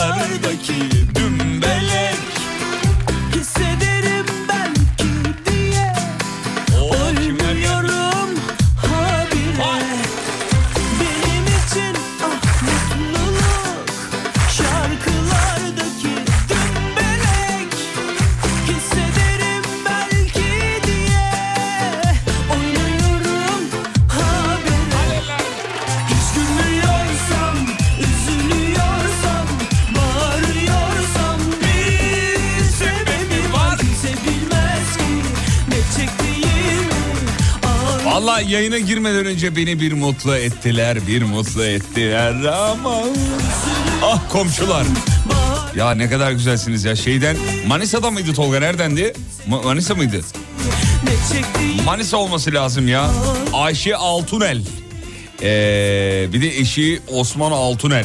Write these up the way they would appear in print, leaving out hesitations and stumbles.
şarkılardaki dümbelek. Hissederim belki diye ölmüyorum habire. Benim için mutluluk şarkılardaki dümbelek. Hissederim belki diye oynuyorum habire. Hiç gülmüyorsam, üzülüyorsam, bağırıyorsam bir sebebi var. Kimse bilmez ki ne çektiğimi. Vallahi yayına girmeden önce beni bir mutlu ettiler ama... Ah komşular. Ya ne kadar güzelsiniz ya. Şeyden, Manisa'da mıydı Tolga, neredendi? Manisa mıydı? Manisa olması lazım ya. Ayşe Altunel. Bir de eşi Osman Altunel.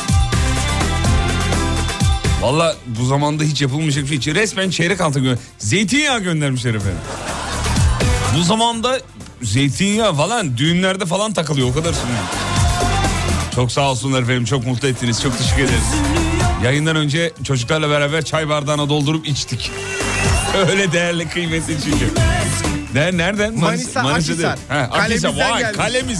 Vallahi bu zamanda hiç yapılmayacak bir şey. Resmen çeyrek altın zeytinyağı göndermişler efendim. Bu zamanda zeytinyağı falan düğünlerde falan takılıyor, o kadar söyleyeyim. Çok sağ olsunlar efendim, çok mutlu ettiniz, çok teşekkür ederiz. Yayından önce çocuklarla beraber çay bardağına doldurup içtik. Öyle değerli, kıymetli çünkü. Nereden? Manisa Akhisar. Akhisar. Vay kalemiz.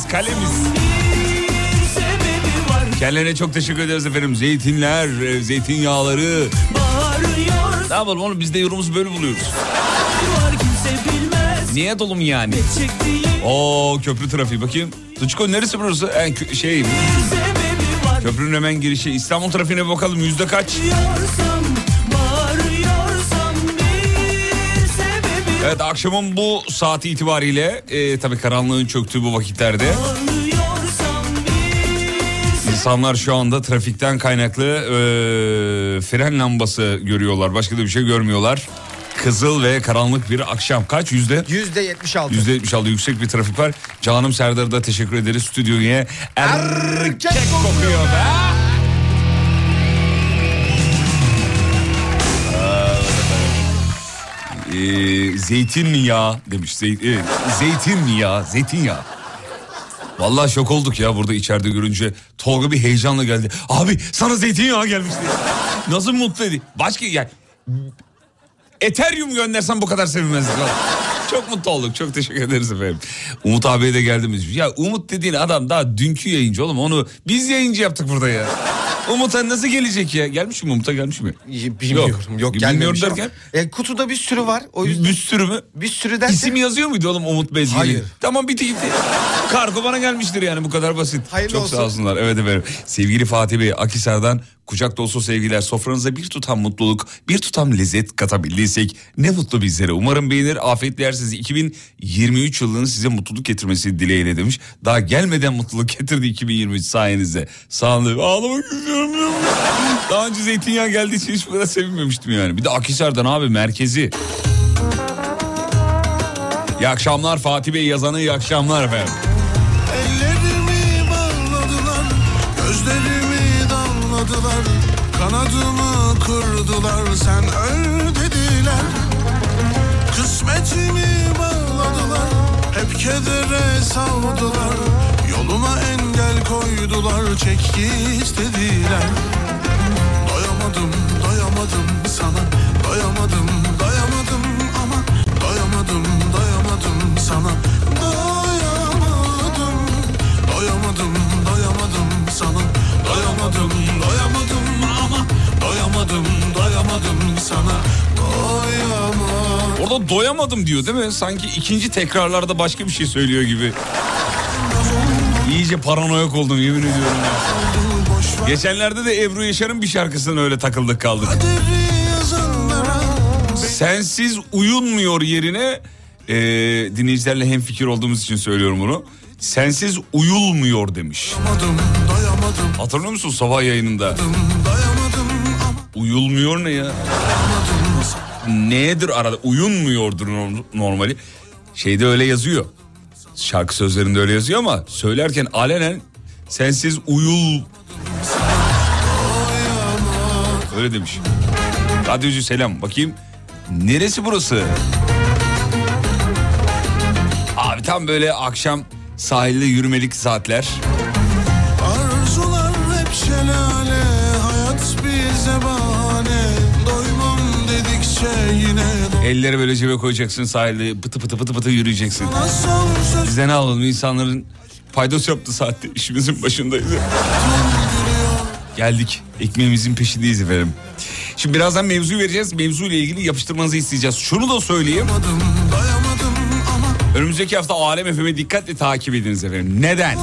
Kendilerine çok teşekkür ederiz efendim. Zeytinler, zeytinyağları. Ne yapalım oğlum, biz de yorumumuzu böyle buluyoruz. Niye dolum yani? Oo, köprü trafiği bakayım. Tuçko neresi burası? Köprünün hemen girişi. İstanbul trafiğine bakalım, yüzde kaç? Evet, akşamın bu saati itibariyle tabii karanlığın çöktüğü bu vakitlerde insanlar şu anda trafikten kaynaklı fren lambası görüyorlar. Başka da bir şey görmüyorlar. Kızıl ve karanlık bir akşam. Kaç yüzde? %76. %76 yüksek bir trafik var. Canım Serdar'a da teşekkür ederiz. Stüdyoya erkek kokuyor be. Zeytinyağı demiş. Zeytinyağı. Vallahi şok olduk ya burada içeride görünce. Tolga bir heyecanla geldi. Abi sana zeytinyağı gelmişti. Nasıl mutlu edin. Başka yani... Ethereum göndersem bu kadar sevinmezdik. Çok mutlu olduk. Çok teşekkür ederiz efendim. Umut abiye de geldiğimiz. Ya Umut dediğin adam daha dünkü yayıncı oğlum. Onu biz yayıncı yaptık burada ya. Umut'a nasıl gelecek ya? Gelmiş mi Umut'a, gelmiş mi? Bilmiyorum. Yok gelmemiş derken? Kutuda bir sürü var. O yüzden... Bir sürü mü? Bir sürü derken... İsim yazıyor muydu oğlum Umut Bezgili? Hayır. Tamam bitti gitti. Kargo bana gelmiştir yani, bu kadar basit. Hayırlı çok olsun. Sağ olsunlar. Evet efendim. Sevgili Fatih Bey, Akhisar'dan kucak dolusu sevgiler. Sofranıza bir tutam mutluluk, bir tutam lezzet katabildiysek ne mutlu bizlere. Umarım beğenir, afiyetle yersiniz. 2023 yılının size mutluluk getirmesi dileğiyle demiş. Daha gelmeden mutluluk getirdi 2023 sayenizde. Sağ olun. Ağlamak istiyorum. Daha önce zeytinyağı geldiği için hiç bu kadar sevinmemiştim yani. Bir de Akhisar'dan abi, merkezi. İyi akşamlar Fatih Bey yazanı, iyi akşamlar efendim. Ellerimi bağladılar, gözlerimi damladılar, kanadımı kırdılar, sen öl dediler. Kısmetimi bağladılar, hep kedere savdular, yoluma engel koydular, çek git dediler. Doyamadım sana, doyamadım ama doyamadım sana, doyamadım sana, doyamadım ama doyamadım sana, Orada doyamadım diyor değil mi? Sanki ikinci tekrarlarda başka bir şey söylüyor gibi. İyice paranoyak oldum, yemin ediyorum ya. Geçenlerde de Ebru Yaşar'ın bir şarkısına öyle takıldık kaldık. Sensiz uyunmuyor yerine dinleyicilerle hemfikir olduğumuz için söylüyorum bunu. Sensiz uyulmuyor demiş. Hatırlıyor musun sabah yayınında? Uyulmuyor ne ya? Nedir arada? Uyunmuyordur normali. Şeyde öyle yazıyor. Şarkı sözlerinde öyle yazıyor ama söylerken alenen sensiz uyul. Öyle demiş. Radyocu selam. Bakayım. Neresi burası? Abi tam böyle akşam sahilde yürümelik saatler. Arzular hep şelale, hayat Elleri böyle cebe koyacaksın, sahilde pıtı pıtı pıtı pıtı yürüyeceksin. Sana son söz Biz de ne alalım, insanların paydos yaptığı saatte işimizin başındayız. Geldik, ekmeğimizin peşindeyiz efendim. Şimdi birazdan mevzuyu vereceğiz. Mevzuyla ilgili yapıştırmanızı isteyeceğiz. Şunu da söyleyeyim. dayamadım ama Önümüzdeki hafta Alem FM'i dikkatle takip ediniz efendim. Neden?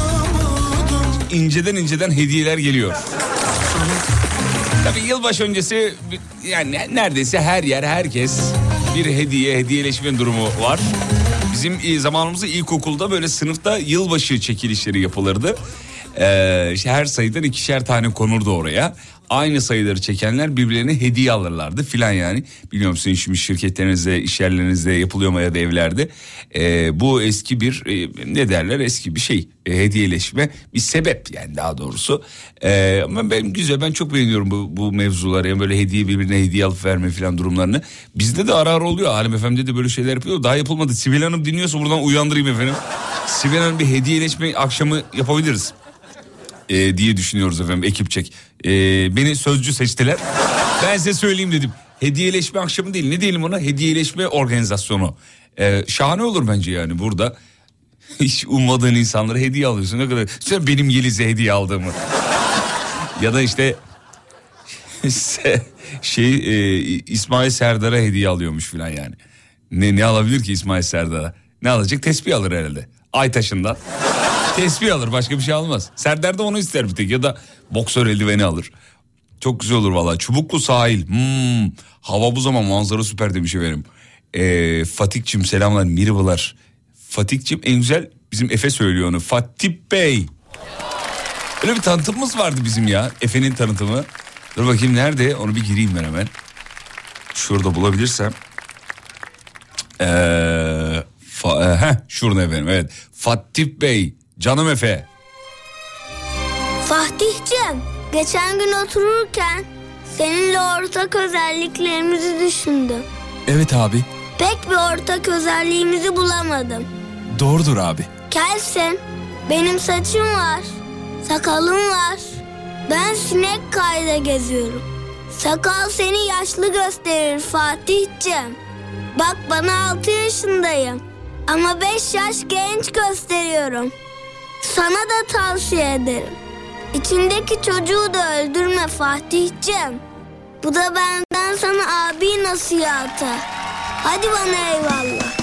İnceden hediyeler geliyor. Tabii yılbaşı öncesi yani neredeyse her yer, herkes bir hediyeleşme durumu var. Bizim zamanımızda ilkokulda böyle sınıfta yılbaşı çekilişleri yapılırdı. İşte her sayıdan 2'şer tane konurdu oraya. Aynı sayıları çekenler birbirlerine hediye alırlardı filan yani. Biliyor musun, şimdi şirketlerinizde, iş yerlerinizde yapılıyor mu ya da evlerde. Bu eski bir ne derler, eski bir şey. Hediyeleşme bir sebep yani, daha doğrusu. Ama ben çok beğeniyorum bu mevzuları. Yani böyle birbirine hediye alıp verme filan durumlarını. Bizde de ara oluyor. Alem FM'de de böyle şeyler yapıyor. Daha yapılmadı. Sibel Hanım dinliyorsa buradan uyandırayım efendim. Sibel Hanım bir hediyeleşme akşamı yapabiliriz diye düşünüyoruz efendim, ekipçek. Beni sözcü seçtiler. Ben size söyleyeyim dedim. Hediyeleşme akşamı değil, ne diyelim ona, hediyeleşme organizasyonu. Şahane olur bence yani burada. Hiç ummadığın insanlara hediye alıyorsun. Ne kadar. Sen benim Yeliz'e hediye aldığımı. Ya da işte İsmail Serdar'a hediye alıyormuş filan yani. Ne alabilir ki İsmail Serdar'a? Ne alacak? Tesbih alır herhalde. Aytaş'ından. Tesbih alır, başka bir şey almaz. Serdar da onu ister bir tek, ya da boksör eldiveni alır. Çok güzel olur vallahi. Çubuklu sahil. Hava bu zaman, manzara süper demiş efendim. Fatih'cim selamlar, merhabalar. Fatih'cim en güzel bizim Efe söylüyor onu. Fatih Bey. Öyle bir tanıtımımız vardı bizim ya. Efe'nin tanıtımı. Dur bakayım nerede? Onu bir gireyim ben hemen. Şurada bulabilirsem. Şurada efendim, evet. Fatih Bey, canım Efe. Fatih'cim, geçen gün otururken seninle ortak özelliklerimizi düşündüm. Evet abi. Pek bir ortak özelliğimizi bulamadım. Doğrudur abi. Kelsin, benim saçım var, sakalım var. Ben sinek kayda geziyorum. Sakal seni yaşlı gösterir Fatih'cim. Bak, bana 6 yaşındayım ama 5 yaş genç gösteriyorum. Sana da tavsiye ederim. İçindeki çocuğu da öldürme Fatih'cim. Bu da benden sana abi nasihatı. Hadi bana eyvallah.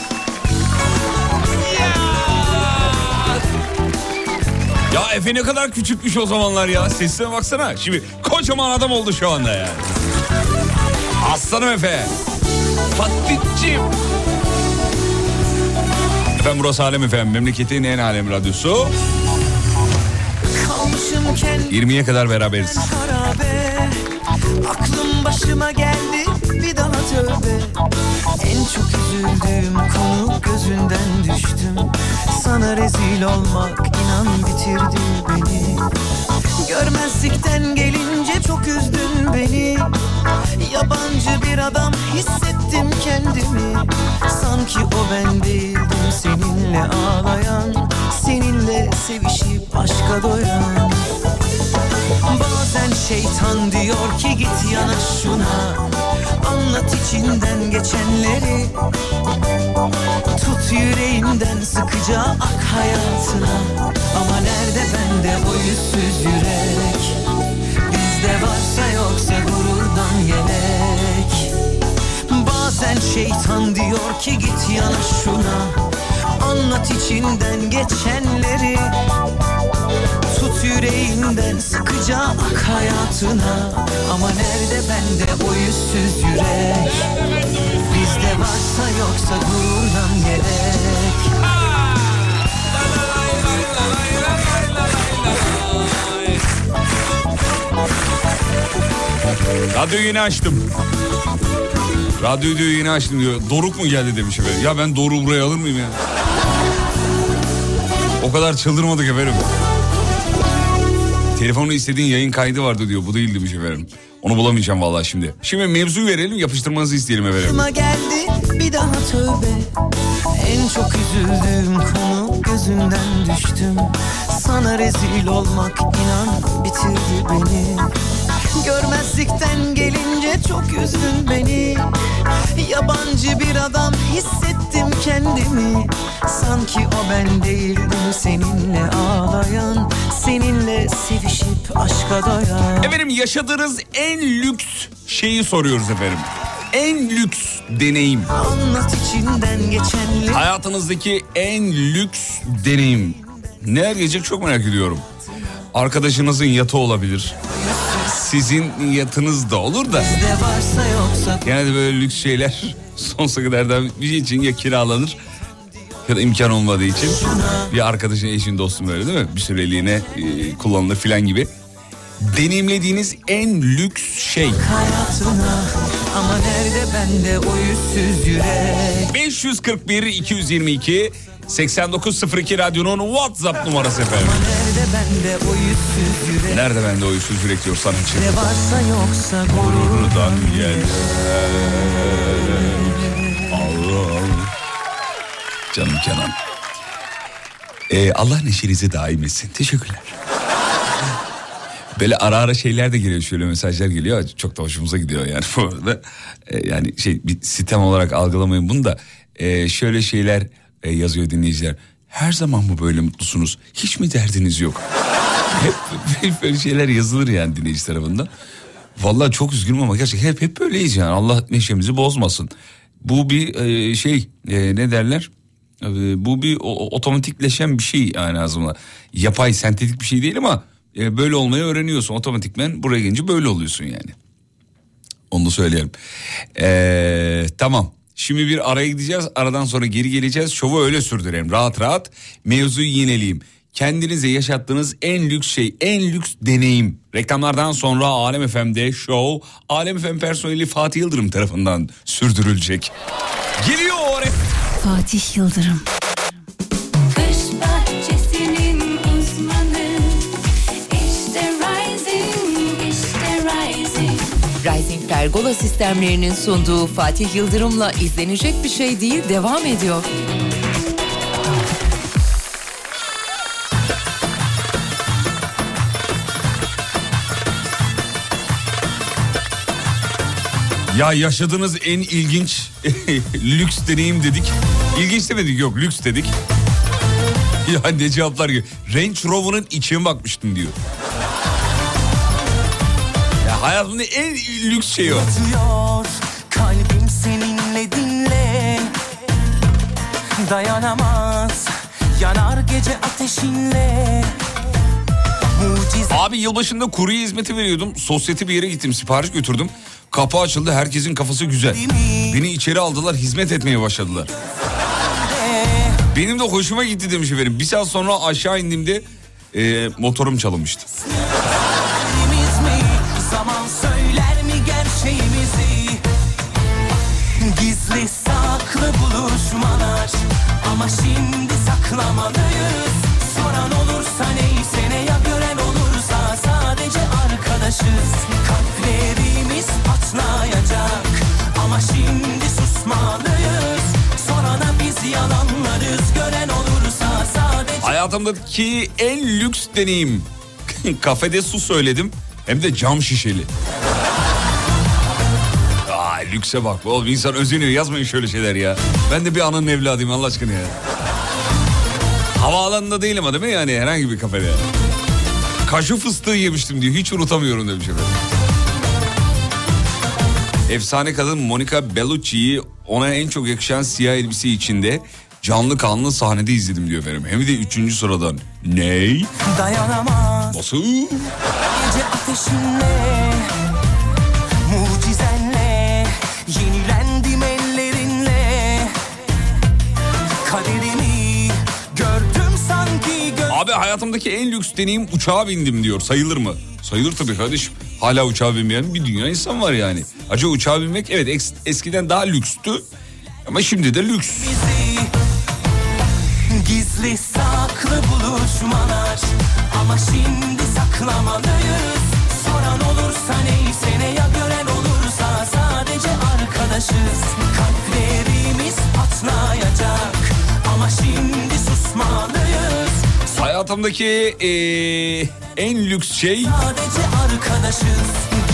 Ya Efe ne kadar küçükmüş o zamanlar ya. Sesine baksana. Şimdi kocaman adam oldu şu anda yani. Aslanım Efe. Fatih'cim. Efendim burası Alem FM. Memleketin en alem radyosu. 20'ye kadar beraberiz. Harabe, aklım başıma geldi bir daha tövbe. En çok üzüldüğüm konu, gözünden düştüm. Sana rezil olmak inan bitirdi beni. Görmezlikten gelince çok üzdün beni. Yabancı bir adam hissettim kendimi. Sanki o ben değildim, seninle ağlayan, seninle sevişip aşka doyan. Bazen şeytan diyor ki git yana şuna, anlat içinden geçenleri. Tut yüreğinden sıkıca ak hayatına. Ama nerede bende o yüzsüz yürek? Bizde varsa yoksa gururdan yelek. Bazen şeytan diyor ki git yana şuna, anlat içinden geçenleri. Tut yüreğinden sıkıca ak hayatına. Ama nerede bende o yüzsüz yürek? Bizde varsa yoksa gururdan yelek. Radyoyu yeni açtım. Radyoyu yeni açtım diyor. Doruk mu geldi demiş efendim. Ya ben Doruk'u buraya alır mıyım ya? O kadar çıldırmadık efendim. Telefonu istediğin yayın kaydı vardı diyor. Bu değil demiş efendim. Onu bulamayacağım vallahi şimdi. Şimdi mevzuyu verelim, yapıştırmanızı isteyelim efendim. Geldi bir daha tövbe. En çok üzüldüğüm konu, gözünden düştüm. Sana rezil olmak inan bitirdi beni. Görmezlikten gelince çok üzdün beni. Yabancı bir adam hissettim kendimi. Sanki o ben değildim seninle ağlayan, seninle sevişip aşka doyan. Efendim yaşadığınız en lüks şeyi soruyoruz efendim. En lüks deneyim. Anlat içinden geçenleri. Hayatınızdaki en lüks deneyim. Neler gelecek çok merak ediyorum. Arkadaşınızın yatı olabilir. Sizin yatınız da olur da. Genelde böyle lüks şeyler sonsuza kadardan bir şey için ya kiralanır ya da imkan olmadığı için bir arkadaşın, eşin, dostun böyle değil mi? Bir süreliğine kullanılır filan gibi. Deneyimlediğiniz en lüks şey. Hayatına, ama nerede bende o yüzsüz yürek? 541 222 8902 radyonun WhatsApp numarası efendim. Nerede bende o yüzsüz yürek? Nerede bende o yüzsüz yürek diyor sanatçı. Ne varsa yoksa Gururdan gel. Allah. Canım Kenan. Allah neşenizi daim etsin. Teşekkürler. Böyle ara ara şeyler de geliyor, şöyle mesajlar geliyor. Çok da hoşumuza gidiyor yani bu arada. Yani bir sistem olarak algılamayın bunu da. Şöyle şeyler yazıyor dinleyiciler. Her zaman mı böyle mutlusunuz? Hiç mi derdiniz yok? Hep böyle şeyler yazılır yani dinleyici tarafından. Vallahi çok üzgünüm ama gerçekten hep böyleyiz yani. Allah neşemizi bozmasın. Bu bir ne derler? Bu bir otomatikleşen bir şey yani aslında. Yapay, sentetik bir şey değil ama böyle olmayı öğreniyorsun. Otomatikmen buraya gelince böyle oluyorsun yani. Onu da söyleyelim. Tamam. Şimdi bir araya gideceğiz. Aradan sonra geri geleceğiz. Şovu öyle sürdürelim. Rahat rahat mevzuyu yineleyeyim. Kendinize yaşattığınız en lüks şey, en lüks deneyim. Reklamlardan sonra Alem FM'de şov, Alem FM personeli Fatih Yıldırım tarafından sürdürülecek. Geliyor oraya. Fatih Yıldırım. Kış bahçesinin uzmanı. İşte Rising, işte Rising. Rising Pergola sistemlerinin sunduğu Fatih Yıldırım'la izlenecek bir şey değil devam ediyor. Ya yaşadığınız en ilginç lüks deneyim dedik. İlginç demedik, yok lüks dedik. Ya ne cevaplar gibi. Range Rover'ın içine bakmıştım diyor. Ya hayatımın en lüks şeyi o. Kalbim seninle dinle. Dayanamaz. Yanar gece ateşinle. Abi yılbaşında kurye hizmeti veriyordum. Sosyete bir yere gittim, sipariş götürdüm. Kapı açıldı, herkesin kafası güzel. Beni içeri aldılar, hizmet etmeye başladılar. Benim de hoşuma gitti demiş efendim. Bir saat sonra aşağı indiğimde motorum çalınmıştı. Zaman söyler mi gerçeğimizi? Gizli saklı buluşmalar. Ama şimdi saklamalıyız. Soran olursa neyse ne, ya gören olursa sadece arkadaşız. Kalplerimiz patlayacak. Ama şimdi susmalıyız. Sorana biz yalanlarız. Gören olursa sadece... Hayatımdaki en lüks deneyim. Kafede su söyledim. Hem de cam şişeli. Lükse bak. Oğlum insan özeniyor. Yazmayın şöyle şeyler ya. Ben de bir ananın evladıyım Allah aşkına ya. Havaalanında değil ama değil mi yani, herhangi bir kafede. Kaşu fıstığı yemiştim diyor. Hiç unutamıyorum demiş efendim. Efsane kadın Monica Bellucci'yi ona en çok yakışan siyah elbise içinde canlı kanlı sahnede izledim diyor efendim. Hem de 3. sıradan. Ney? Dayanamaz. Nasıl? Gece ateşinle, mucizenle, yenilendim ellerinle. Kaderimi gördüm sanki. Abi hayatımdaki en lüks deneyim uçağa bindim diyor. Sayılır mı? Sayılır tabii kardeşim. Hala uçağa binmeyen bir dünya insan var yani. Acaba uçağa binmek evet eskiden daha lükstü. Ama şimdi de lüks. Gizli saklı buluşmalar. Ama şimdi saklamalıyız. Soran olursa neyse ne, ya gören olursa sadece arkadaşız. Kalplerimiz patlayacak. Ama şimdi susmalıyız. Hayatımdaki en lüks şey... Sadece arkadaşız.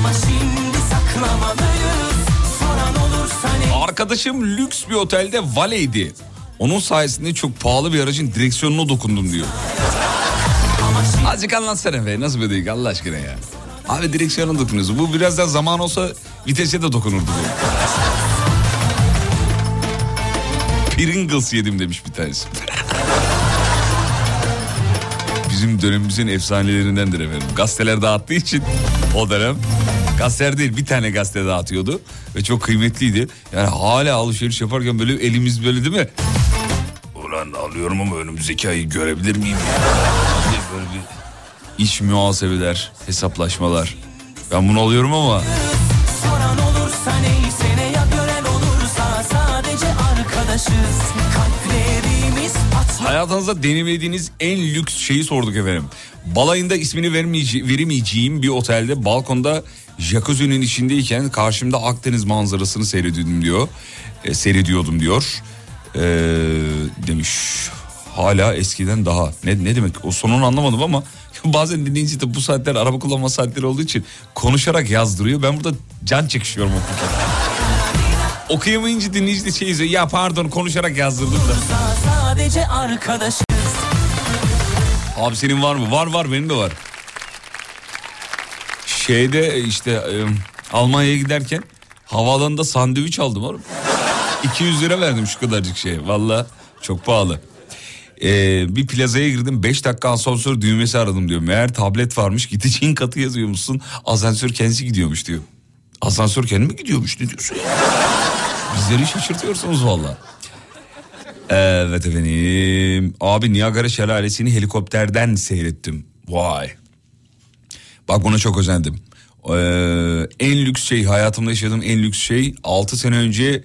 Ama şimdi saklamalıyız. Soran olursa ne? Arkadaşım lüks bir otelde valeydi. Onun sayesinde çok pahalı bir aracın direksiyonuna dokundum diyor. Azıcık anlatsana be, nasıl bir duygu Allah aşkına ya. Abi direksiyona dokunuyorsun. Bu biraz daha zaman olsa vitese de dokunurdu diyor. Pringles yedim demiş bir tanesi. Bizim dönemimizin efsanelerindendir efendim. Gazeteler dağıttığı için o dönem. Gazeteler değil, bir tane gazete dağıtıyordu. Ve çok kıymetliydi. Yani hala alışveriş yaparken böyle elimiz böyle değil mi? Ulan alıyorum ama önümüzdeki ayı görebilir miyim ya? Böyle bir iç muhasebeler, hesaplaşmalar. Ben bunu alıyorum ama... Soran olursa neyse ne, ya gören olursa sadece arkadaşız. Kalplerimiz patlar. Hayatınızda denemediğiniz en lüks şeyi sorduk efendim. Balayında ismini veremeyeceğim bir otelde balkonda jacuzzi'nin içindeyken karşımda Akdeniz manzarasını seyrediyordum diyor. Demiş. Hala eskiden daha. Ne demek? O sonunu anlamadım ama bazen dinleyici de bu saatler araba kullanma saatleri olduğu için konuşarak yazdırıyor. Ben burada can çekişiyorum okurken. Okuyamayınca dinleyici de şey izliyor. Ya pardon, konuşarak yazdırdım da. Sadece arkadaşız. Abi senin var mı? Var, benim de var. Şeyde işte Almanya'ya giderken havaalanında sandviç aldım oğlum. 200 lira verdim şu kadarcık şeye. Vallahi çok pahalı. Bir plazaya girdim, 5 dakika asansör düğmesi aradım diyor. Meğer tablet varmış, gideceğin katı yazıyormuşsun. Asansör kendisi gidiyormuş diyor. Asansör kendi mi gidiyormuş, ne diyorsun ya? Bizleri şaşırtıyorsunuz valla. Evet efendim. Abi Niagara Şelalesi'ni helikopterden seyrettim. Vay. Bak buna çok özendim. En lüks şey, hayatımda yaşadığım en lüks şey 6 sene önce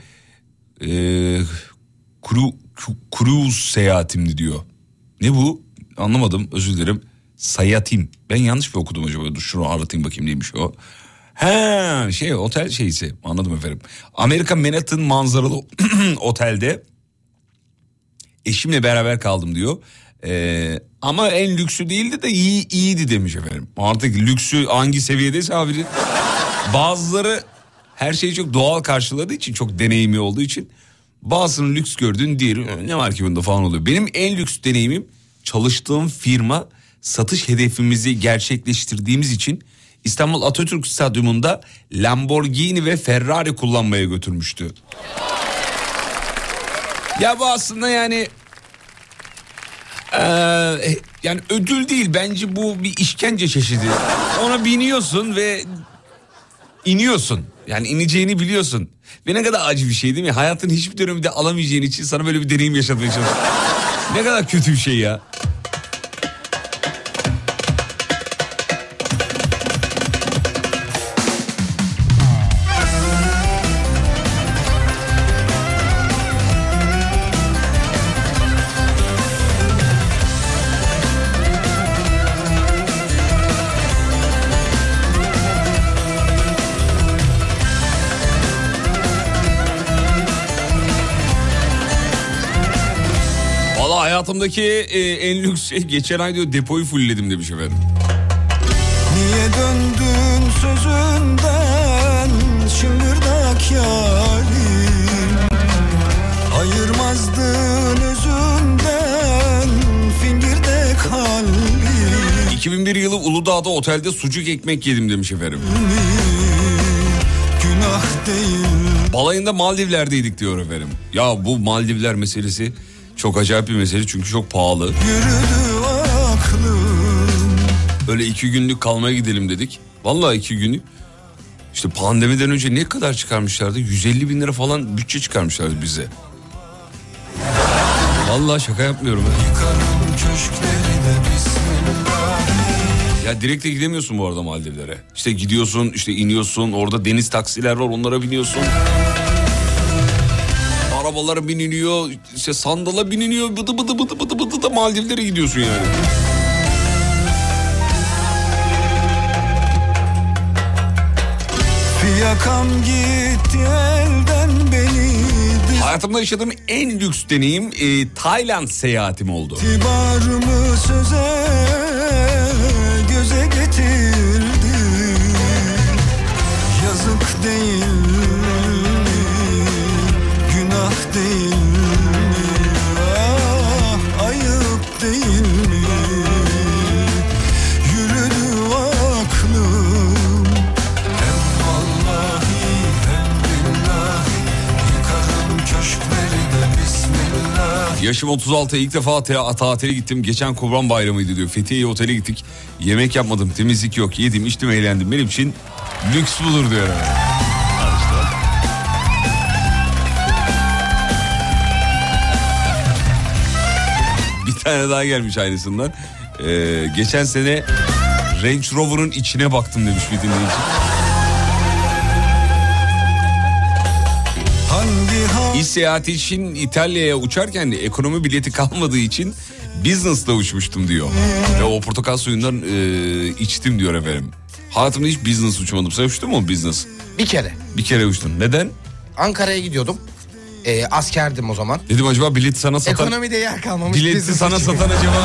cruise seyahatimdi diyor. Ne bu? Anlamadım, özür dilerim. Sayatim. Ben yanlış mı okudum acaba? Dur şunu aratayım bakayım neymiş o. Otel şeysi, anladım efendim. Amerika Manhattan manzaralı otelde eşimle beraber kaldım diyor. Ama en lüksü değildi de iyiydi demiş efendim. Artık lüksü hangi seviyedeyse abi. Bazıları her şeyi çok doğal karşıladığı için, çok deneyimi olduğu için bazısının lüks gördüğün diğeri ne var ki bunda falan oluyor. Benim en lüks deneyimim, çalıştığım firma satış hedefimizi gerçekleştirdiğimiz için İstanbul Atatürk Stadyumunda Lamborghini ve Ferrari kullanmaya götürmüştü. Ya bu aslında yani ödül değil, bence bu bir işkence çeşidi. Ona biniyorsun ve iniyorsun. Yani ineceğini biliyorsun. Ve ne kadar acı bir şey değil mi? Hayatın hiçbir döneminde alamayacağın için sana böyle bir deneyim yaşatmaya çalışıyor. Ne kadar kötü bir şey ya. Hayatımdaki en lüks şey, geçen ay diyor depoyu fullledim demiş efendim. Niye döndün sözünden şıngırdak yarim? Ayırmazdın özünden fingirde kalbim. 2001 yılı Uludağ'da otelde sucuk ekmek yedim demiş efendim. Günah değil. Balayında Maldivler'deydik diyor efendim. Ya bu Maldivler meselesi çok acayip bir mesele çünkü çok pahalı. Yürüdü aklım. Öyle 2 günlük kalmaya gidelim dedik. Vallahi 2 günlük. İşte pandemiden önce ne kadar çıkarmışlardı? 150 bin lira falan bütçe çıkarmışlardı bize. Vallahi şaka yapmıyorum. Ya direkt de gidemiyorsun bu arada Maldivlere. İşte gidiyorsun, işte iniyorsun, orada deniz taksiler var, onlara biniyorsun. Arabalara biniliyor, işte sandala biniliyor, bıdı bıdı da Maldivlere gidiyorsun yani. Fiyakam gitti elden beni. Hayatımda yaşadığım en lüks deneyim Tayland seyahatim oldu. İtibarımı söze göze getirdi. değil mi? Günah değil mi? Ah, ayıp değil mi? Yürüdü aklım. Hem vallahi hem billahi yıkarım köşkleri de bismillah. Yaşım 36, ilk defa tatile gittim. Geçen Kurban Bayramı'ydı diyor. Fethiye Otel'e gittik. Yemek yapmadım, temizlik yok. Yedim, içtim, eğlendim. Benim için lüks budur diyor. Bir tane daha gelmiş aynısından. Geçen sene Range Rover'ın içine baktım demiş bir dinleyici. İş seyahati için İtalya'ya uçarken de ekonomi bileti kalmadığı için business'la uçmuştum diyor. Ve o portakal suyundan içtim diyor efendim. Hayatımda hiç business uçmadım. Sen uçtun mu business? Bir kere. Bir kere uçtun. Neden? Ankara'ya gidiyordum. Askerdim o zaman. Dedim acaba bileti sana satan... Ekonomide yer kalmamış. Bileti sana satan acaba...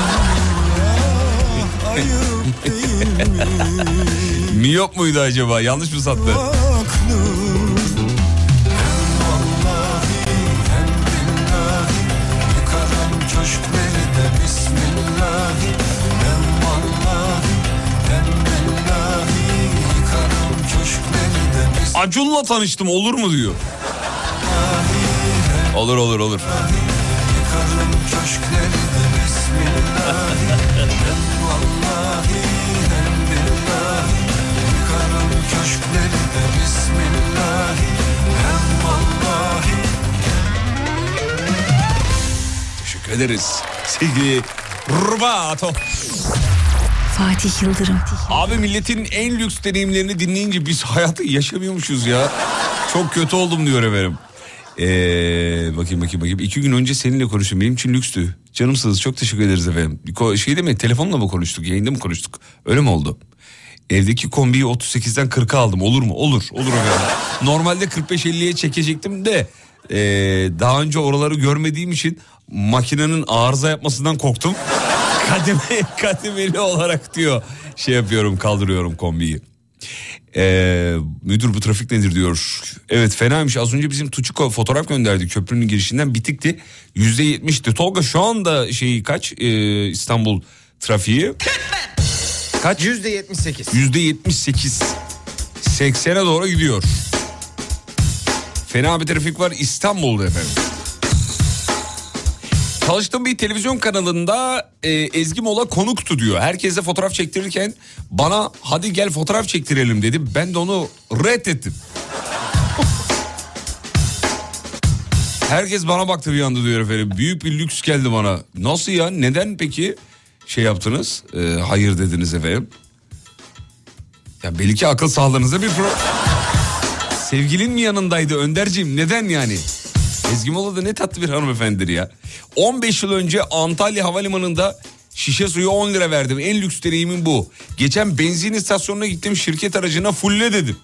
Miyop muydu acaba? Yanlış mı sattı? Acun'la tanıştım, olur mu diyor. Olur. Teşekkür ederiz. Sevgili Rubato. Fatih Yıldırım. Abi milletin en lüks deneyimlerini dinleyince biz hayatı yaşamıyormuşuz ya. Çok kötü oldum diyor efendim. Bakayım. 2 gün önce seninle konuştum. Benim için lükstü. Canımsınız, çok teşekkür ederiz efendim. Şey değil mi, telefonla mı konuştuk, yayında mı konuştuk? Öyle mi oldu? Evdeki kombiyi 38'den 40'a aldım. Olur mu? Olur efendim. Normalde 45-50'ye çekecektim de daha önce oraları görmediğim için makinenin arıza yapmasından korktum. Kademeli olarak diyor kaldırıyorum kombiyi. Müdür bu trafik nedir diyor. Evet, fenaymış. Az önce bizim Tuçuko fotoğraf gönderdi, köprünün girişinden bitikti. %70'ti. Tolga şu anda kaç İstanbul trafiği? Kaç? %78. %78. 80'e doğru gidiyor. Fena bir trafik var İstanbul'da efendim. Çalıştığım bir televizyon kanalında Ezgi Mola konuktu diyor. Herkese fotoğraf çektirirken bana hadi gel fotoğraf çektirelim dedi. Ben de onu reddettim. Herkes bana baktı bir anda diyor efendim. Büyük bir lüks geldi bana. Nasıl ya? Neden peki yaptınız? Hayır dediniz efendim. Ya belki ki akıl sağlığınıza bir Sevgilin mi yanındaydı Önderciğim? Neden yani? Ezgi Mola da ne tatlı bir hanımefendidir ya. 15 yıl önce Antalya Havalimanı'nda şişe suyu 10 lira verdim. En lüks deneyimim bu. Geçen benzin istasyonuna gittim, şirket aracına fulle dedim.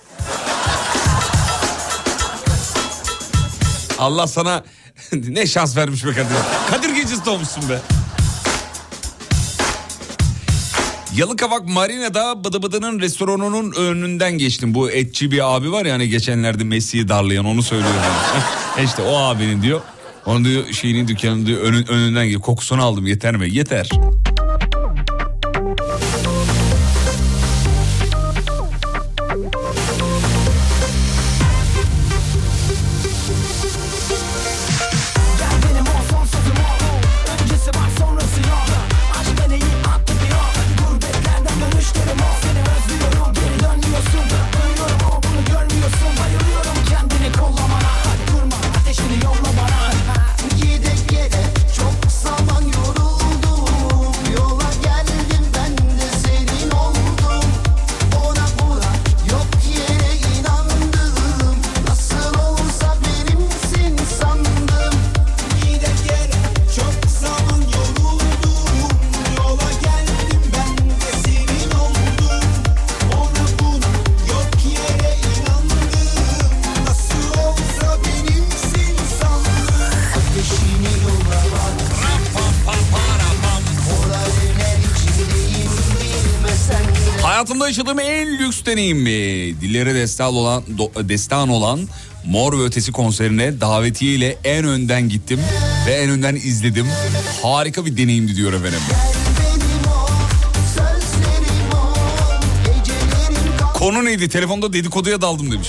Allah sana ne şans vermiş be Kadir. Kadir gecesi doğmuşsun be. Yalıkavak Marina'da Bıdı Bıdı'nın restoranının önünden geçtim. Bu etçi bir abi var ya hani geçenlerde Messi'yi darlayan, onu söylüyor. İşte o abinin diyor. Onun diyor dükkanının diyor önünden geçtim. Kokusunu aldım, yeter mi? Yeter. Hayatımda yaşadığım en lüks deneyim mi? Dillere destan olan Mor ve Ötesi konserine davetiye ile en önden gittim ve en önden izledim. Harika bir deneyimdi diyor efendim. Konu neydi? Telefonda dedikoduya daldım demiş.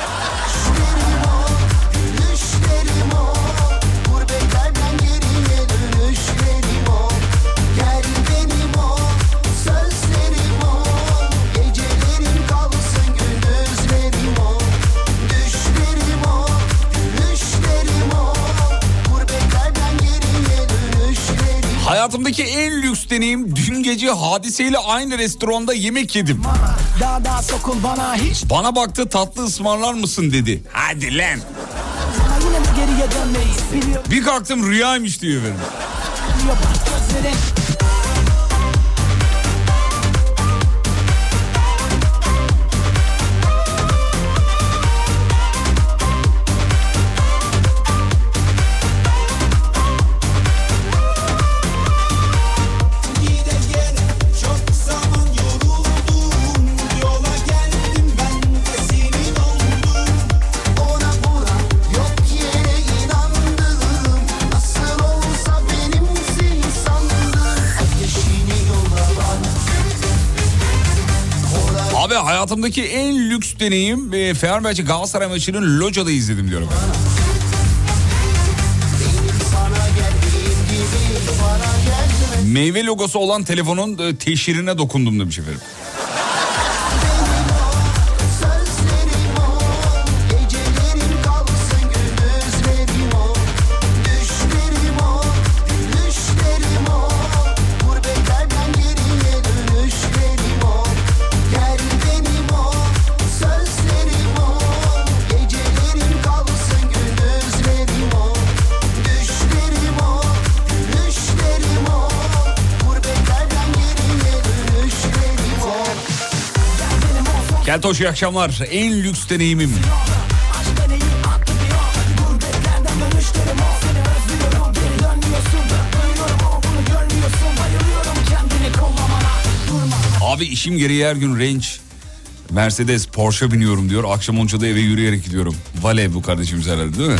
Hayatımdaki en lüks deneyim, dün gece Hadise'yle aynı restoranda yemek yedim. Bana baktı, tatlı ısmarlar mısın dedi. Hadi lan. Bir kalktım, rüyaymış diyor efendim. Abi hayatımdaki en lüks deneyim Fenerbahçe Galatasaray maçının locada izledim diyorum. Meyve logosu olan telefonun teşhirine dokundum demiş efendim. Keltoş, iyi akşamlar. En lüks deneyimim. Abi işim gereği her gün Range, Mercedes, Porsche biniyorum diyor. Akşam 10'da eve yürüyerek gidiyorum. Vale bu kardeşimiz herhalde, değil mi?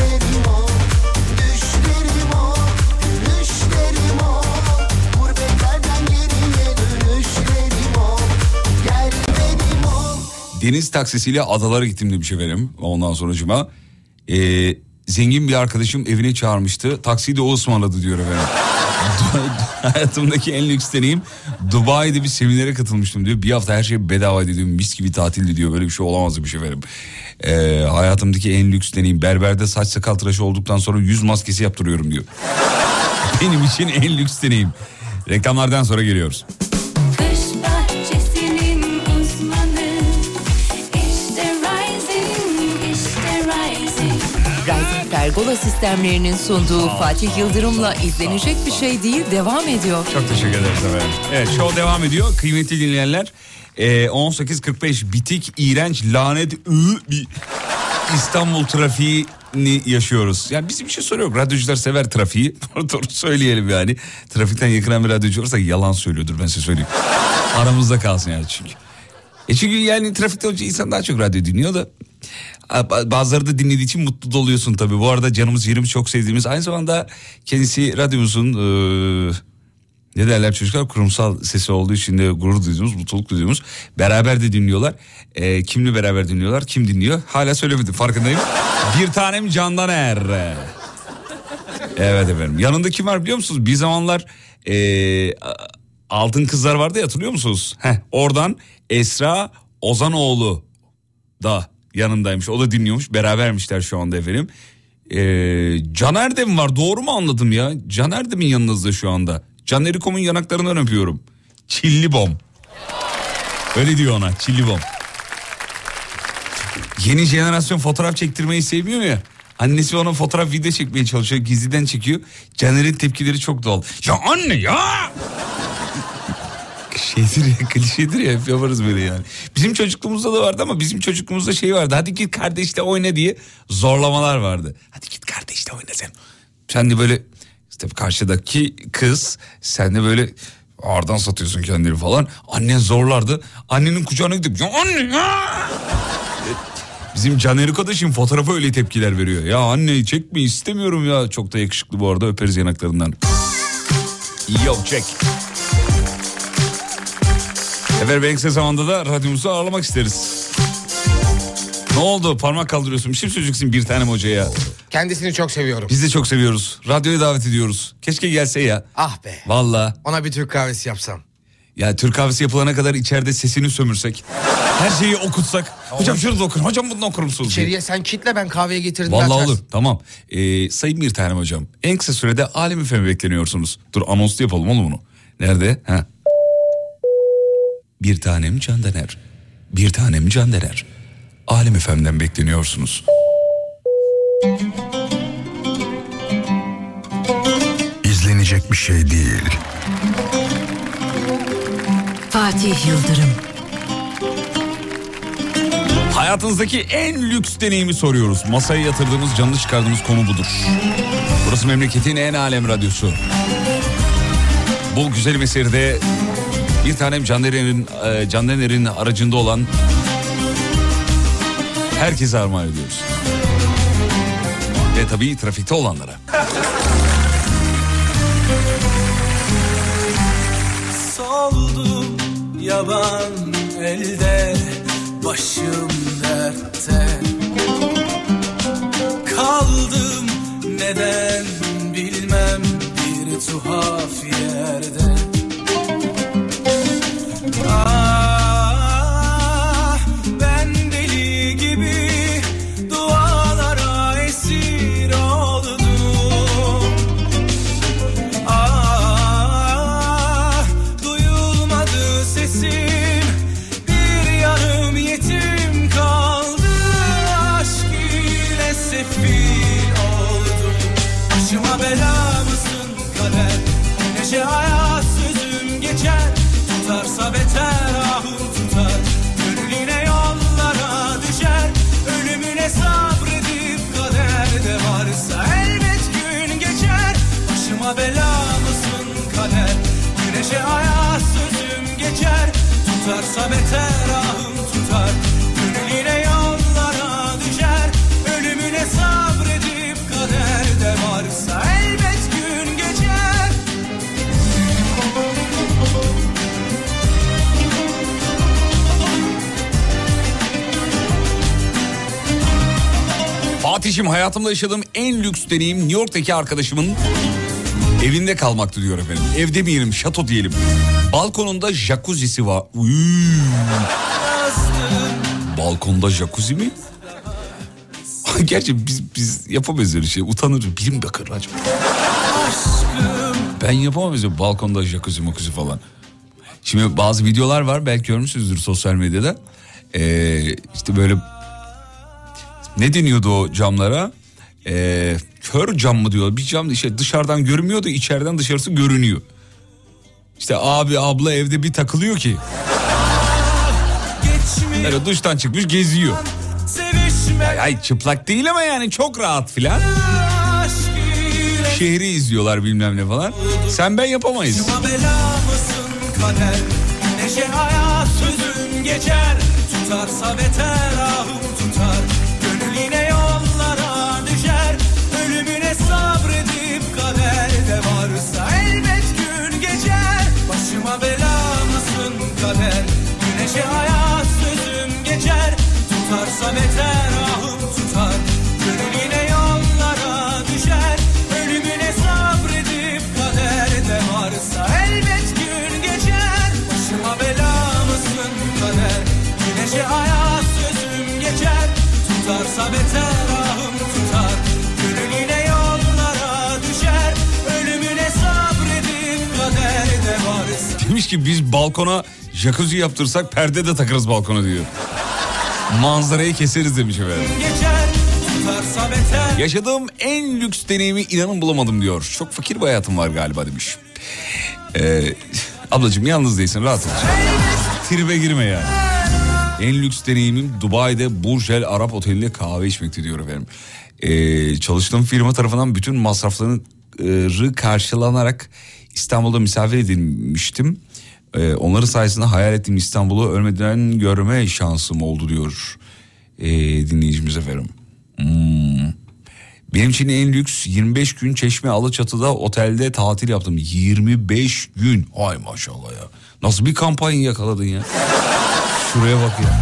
Deniz taksisiyle adalara gittim demiş efendim. Ondan sonracıma zengin bir arkadaşım evine çağırmıştı. Taksiyi de o ısmarladı diyor efendim. Hayatımdaki en lüks deneyim, Dubai'de bir seminere katılmıştım diyor. Bir hafta her şey bedavaydı diyor. Mis gibi tatildi diyor. Böyle bir şey olamazmış efendim. Hayatımdaki en lüks deneyim, berberde saç sakal tıraşı olduktan sonra yüz maskesi yaptırıyorum diyor. Benim için en lüks deneyim. Reklamlardan sonra geliyoruz. Pergola sistemlerinin sunduğu Fatih Yıldırım'la izlenecek bir şey değil, devam ediyor. Çok teşekkür ederiz efendim. Evet, show devam ediyor. Kıymetli dinleyenler, 18.45 bitik, iğrenç, lanet, bir İstanbul trafiğini yaşıyoruz. Yani bizim bir şey soruyor. Radyocular sever trafiği. Doğru söyleyelim yani. Trafikten yakınan bir radyocu olursa yalan söylüyordur, ben size söyleyeyim. Aramızda kalsın yani çünkü. Çünkü yani trafikte olunca insan daha çok radyo dinliyor da. Bazıları da dinlediği için mutlu da oluyorsun tabii. Bu arada canımız yerimiz çok sevdiğimiz, aynı zamanda kendisi radyomuzun ne derler çocuklar, kurumsal sesi olduğu için de gurur duyduğumuz, mutluluk duyduğumuz. Beraber de dinliyorlar. Kimle beraber dinliyorlar? Kim dinliyor? Hala söylemedim, farkındayım. Bir tanem Candan Er. Evet efendim. Yanında kim var biliyor musunuz? Bir zamanlar Altın Kızlar vardı ya, hatırlıyor musunuz? Oradan Esra Ozanoğlu da yanındaymış. O da dinliyormuş. Berabermişler şu anda efendim. Caner de mi var? Doğru mu anladım ya? Caner de mi yanınızda şu anda? Canerikom'un yanaklarından öpüyorum. Çillibom. Öyle diyor ona. Çillibom. Yeni jenerasyon fotoğraf çektirmeyi sevmiyor ya. Annesi ona fotoğraf, video çekmeye çalışıyor. Gizliden çekiyor. Caner'in tepkileri çok doğal. Ya anne ya! Şeydir ya, klişedir ya, hep yaparız böyle yani. Bizim çocukluğumuzda da vardı ama bizim çocukluğumuzda şey vardı. Hadi git kardeşle oyna diye zorlamalar vardı. Hadi git kardeşle oyna sen. Sen de böyle işte karşıdaki kız, sen de böyle Ağırdan satıyorsun kendini falan. Annen zorlardı. Annenin kucağına gidip ya anne ya. Bizim Caner kardeşim fotoğrafı öyle tepkiler veriyor. Ya anne çekme istemiyorum ya. Çok da yakışıklı bu arada, öperiz yanaklarından. Yo çek. Efendim en kısa zamanda da radyomuzu ağırlamak isteriz. Ne oldu? Parmak kaldırıyorsun. Bir şey söyleyeceksin bir tanem hocaya. Kendisini çok seviyorum. Biz de çok seviyoruz. Radyoya davet ediyoruz. Keşke gelse ya. Ah be. Valla. Ona bir Türk kahvesi yapsam. Ya Türk kahvesi yapılana kadar içeride sesini sömürsek. Her şeyi okutsak. Hocam şurada okun. Hocam bunu okur musunuz? İçeriye sen kitle, ben kahveye getirdim. Vallahi olur. Tamam. Sayın bir tanem hocam. En kısa sürede Alem FM'e bekleniyorsunuz. Dur anonslu yapalım oğlum bunu. Nerede? Ha. Bir tanem Candener. Bir tanem Candener. Alem FM'den bekleniyorsunuz. İzlenecek bir şey değil. Fatih Yıldırım. Hayatınızdaki en lüks deneyimi soruyoruz. Masaya yatırdığımız, canlı çıkardığımız konu budur. Burası memleketin en alem radyosu. Bu güzel eserde bir tanem Candener'in aracında olan herkese armağan ediyoruz. Ve tabii trafikte olanlara. Soldum yaban elde, başım dertte. Kaldım neden bilmem bir tuhaf yerde. Ah, ben deli gibi dualara esir oldum. Ah, duyulmadı sesim, bir yarım yetim kaldı. Aşk ile sefil oldum. Başıma bela mısın kader? Güneşe hayat sözüm geçer. Tutarsa beter ahım tutar. Gönlüne yollara düşer. Ölümüne sabredip kaderde varsa elbet gün geçer. Başıma bela mısın kader? Güneşe hayat sözüm geçer. Tutarsa beter ahım tutar. Gönlüne yollara düşer. Ölümüne sabredip kaderde varsa elbet gün geçer. Fatih'im, hayatımda yaşadığım en lüks deneyim New York'taki arkadaşımın evinde kalmaktı diyor efendim. Evde demeyelim, şato diyelim. Balkonunda jacuzzi'si var. Balkonda jacuzzi mi? Gerçi biz yapamayız öyle şey. Utanırız. Biri mi bakar acaba? Ben yapamam balkonda jacuzzi falan. Şimdi bazı videolar var, belki görmüşsünüzdür sosyal medyada. İşte böyle ne deniyordu o camlara? Kör cam mı diyor? Bir cam işte dışarıdan görünmüyor da içeriden dışarısı görünüyor. İşte abi abla evde bir takılıyor ki. Yani duştan çıkmış geziyor. Ay çıplak değil ama yani çok rahat filan. Şehri izliyorlar bilmem ne falan. Sen ben yapamayız. Neşe hayat sözüm geçer. Tutarsa beter ahım tutar. Gönlüne yollara düşer. Ölümüne sabredip kaderde varsa elbet gün geçer. Başıma bela mısın kader? Güneşe hayat sözüm geçer. Tutarsa beter ahım tutar. Gönlüne yollara düşer. Ölümüne sabredip kaderde varsa elbet gün geçer. Başıma bela mısın kader? Güneşe hayat sözüm geçer. Tutarsa beter ahım tutar. Gönlüne yollara düşer. Ölümüne sabredip kaderde varsa. Demiş ki biz balkona jacuzzi yaptırsak perde de takarız balkona diyor. Manzarayı keseriz demiş efendim. Yaşadığım en lüks deneyimi inanın bulamadım diyor. Çok fakir bir hayatım var galiba demiş. Ablacığım yalnız değilsin, rahat ol. Tribe girme yani. En lüks deneyimim Dubai'de Burj El Arab Oteli'nde kahve içmekti diyor efendim. Çalıştığım firma tarafından bütün masrafları karşılanarak İstanbul'da misafir edilmiştim. Onların sayesinde hayal ettiğim İstanbul'u ölmeden görme şansım oldu diyor dinleyicimiz efendim. Benim için en lüks 25 gün Çeşme Alaçatı'da otelde tatil yaptım. 25 gün. Ay maşallah ya. Nasıl bir kampanya yakaladın ya? Şuraya bak ya.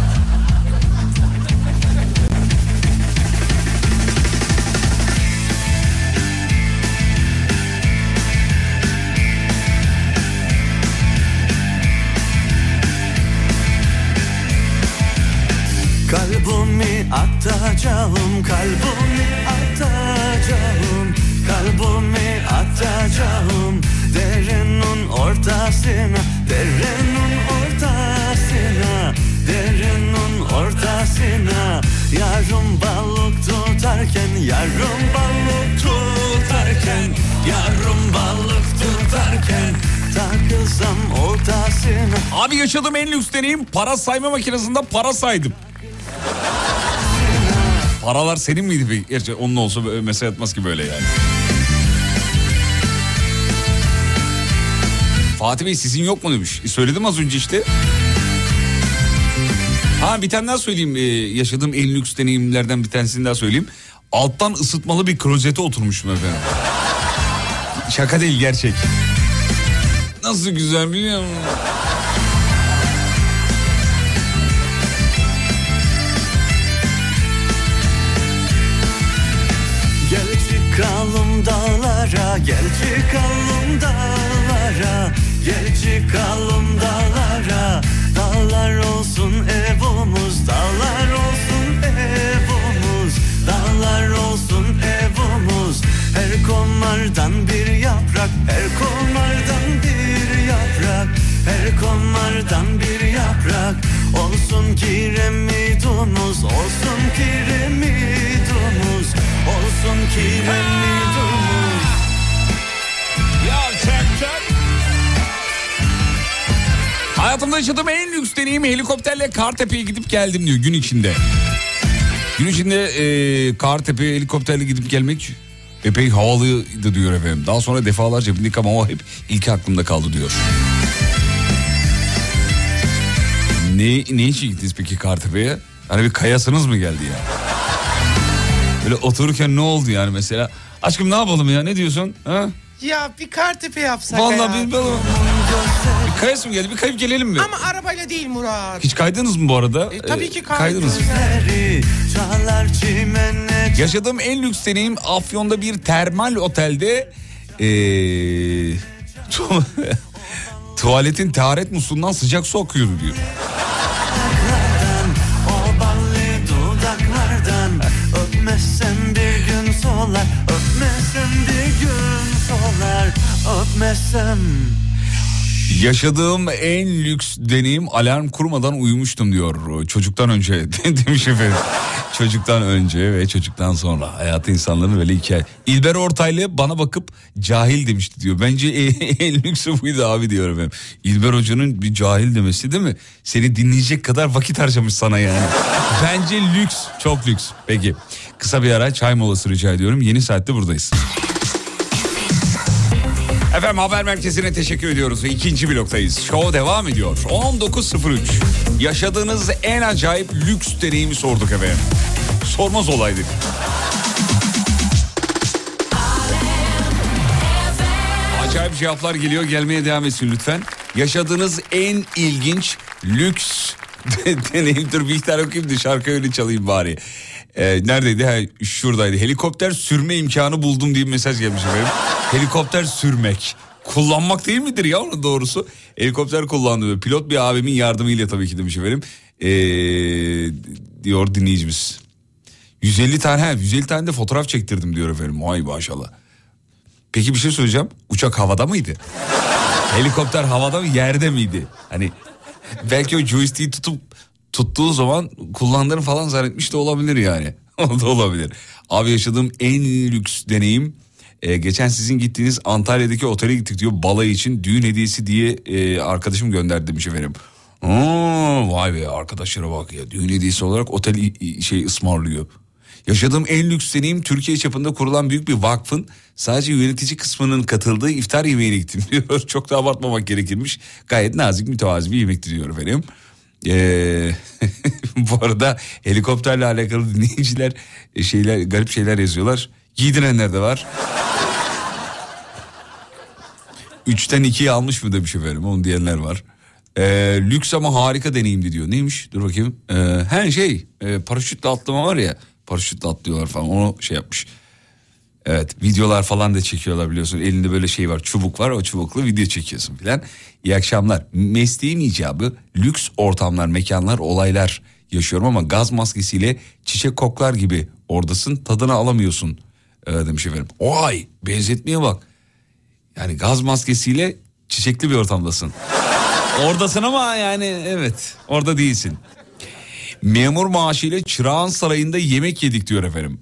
Kalbimi atacağım, kalbimi atacağım, kalbimi atacağım derinin ortasına, derinin ortasına, derinin ortasına. Yarım balık tutarken, yarım balık tutarken, yarım balık tutarken takılsam ortasına. Abi yaşadığım en lüks deneyim para sayma makinesinde para saydım. Paralar senin miydi peki? Gerçi onun olsa mesaj atmaz ki böyle yani. Fatih Bey sizin yok mu demiş. Söyledim az önce işte. Ha bir tane daha söyleyeyim. Yaşadığım en lüks deneyimlerden bir tanesini daha söyleyeyim. Alttan ısıtmalı bir klozete oturmuştum efendim. Şaka değil, gerçek. Nasıl güzel biliyor musun? Gel çıkalım dağlara, gel çıkalım dağlara, gel çıkalım dağlara. Dağlar olsun evimiz, dağlar olsun evimiz, dağlar olsun evimiz. Her konardan bir yaprak, her konardan bir yaprak, her konardan bir yaprak. Olsun kiremidumuz, olsun kiremidumuz, olsun kiremidumuz. Ya çek. Hayatımda yaşadığım en lüks deneyim helikopterle Kartepe'ye gidip geldim diyor gün içinde. Gün içinde Kartepe'ye helikopterle gidip gelmek epey havalıydı diyor efendim. Daha sonra defalarca bindik ama o hep ilk aklımda kaldı diyor. Ne için gittiniz peki Kartepe'ye? Hani bir kayasınız mı geldi ya? Böyle otururken ne oldu yani mesela? Aşkım ne yapalım ya, ne diyorsun? Ha? Ya bir Kartepe yapsak Vallahi ya. bir kayası mı geldi? Bir kayıp gelelim mi? Ama arabayla değil Murat. Hiç kaydınız mı bu arada? Tabii ki kaydınız. Yaşadığım en lüks deneyim Afyon'da bir termal otelde tuvaletin taharet musluğundan sıcak su akıyordu diyor. O ballı dudaklardan öpmezsem bir gün solar, öpmezsem bir gün solar, öpmezsem. Yaşadığım en lüks deneyim alarm kurmadan uyumuştum diyor. Çocuktan önce demiş efendim. Çocuktan önce ve çocuktan sonra. Hayatı insanların böyle hikaye. İlber Ortaylı bana bakıp cahil demişti diyor. Bence en lüksü buydu abi diyor efendim. İlber Hoca'nın bir cahil demesi değil mi? Seni dinleyecek kadar vakit harcamış sana yani. Bence lüks, çok lüks. Peki kısa bir ara çay molası rica ediyorum. Yeni saatte buradayız. Efendim haber merkezine teşekkür ediyoruz ve ikinci bloktayız. Show devam ediyor. 19.03. Yaşadığınız en acayip lüks deneyimi sorduk efendim. Sormaz olaydık. Acayip cevaplar geliyor, gelmeye devam etsin lütfen. Yaşadığınız en ilginç lüks deneyim. Dur bir tane okuyayım da şarkı öyle çalayım bari. Neredeydi? Şuradaydı. Helikopter sürme imkanı buldum diye bir mesaj gelmiş efendim. Helikopter sürmek. Kullanmak değil midir ya onun doğrusu? Helikopter kullandı. Pilot bir abimin yardımıyla tabii ki demiş efendim. Diyor dinleyicimiz. 150 tane de fotoğraf çektirdim diyor efendim. Vay maşallah. Peki bir şey söyleyeceğim. Uçak havada mıydı? Helikopter havada mı, yerde miydi? Hani belki o joystick'i tuttuğu zaman kullandığını falan zannetmiş de olabilir yani. O da olabilir. Abi yaşadığım en lüks deneyim geçen sizin gittiğiniz Antalya'daki otele gittik diyor. Balayı için düğün hediyesi diye arkadaşım gönderdi demiş efendim. Vay be arkadaşlara bak ya, düğün hediyesi olarak otel ısmarlıyor. Yaşadığım en lüks deneyim Türkiye çapında kurulan büyük bir vakfın sadece yönetici kısmının katıldığı iftar yemeğine gittim diyor. Çok da abartmamak gerekirmiş. Gayet nazik mütevazi bir yemektir diyor efendim. Bu arada helikopterle alakalı dinleyiciler garip şeyler yazıyorlar. Giydirenler de var. 3'ten 2'yi almış mı demiş efendim, onu diyenler var. Lüks ama harika deneyimdi diyor. Neymiş? Dur bakayım. Paraşütle atlama var ya. Paraşütle atlıyorlar falan, onu şey yapmış. Evet, videolar falan da çekiyorlar biliyorsun. Elinde böyle şey var, çubuk var, o çubukla video çekiyorsun filan. İyi akşamlar. Mesleğin icabı lüks ortamlar, mekanlar, olaylar yaşıyorum ama gaz maskesiyle çiçek koklar gibi oradasın, tadını alamıyorsun demiş efendim. Oy, benzetmeye bak. Yani gaz maskesiyle çiçekli bir ortamdasın. Oradasın ama yani evet, orada değilsin. Memur maaşıyla Çırağan Sarayı'nda yemek yedik diyor efendim.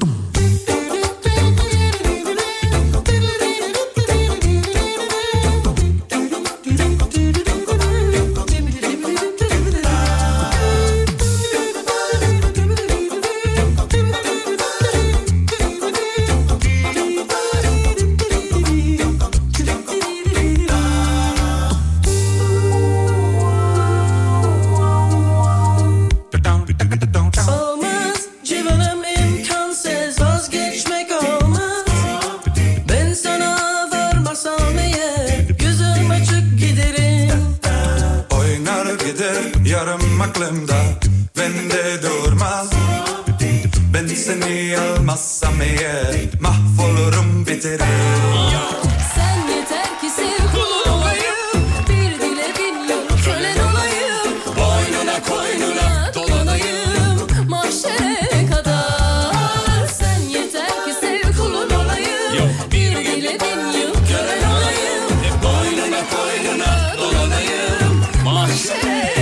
Yarım aklımda bende durmaz. Ben seni almazsam eğer mahvolurum, biterim. Sen yeter ki sev, kulun olayım. Bir dile bin yıl kölen olayım. Boynuna koynuna dolanayım mahşere kadar. Sen yeter ki sev, kulun olayım. Bir dile bin yıl kölen olayım. Boynuna koynuna dolanayım mahşere.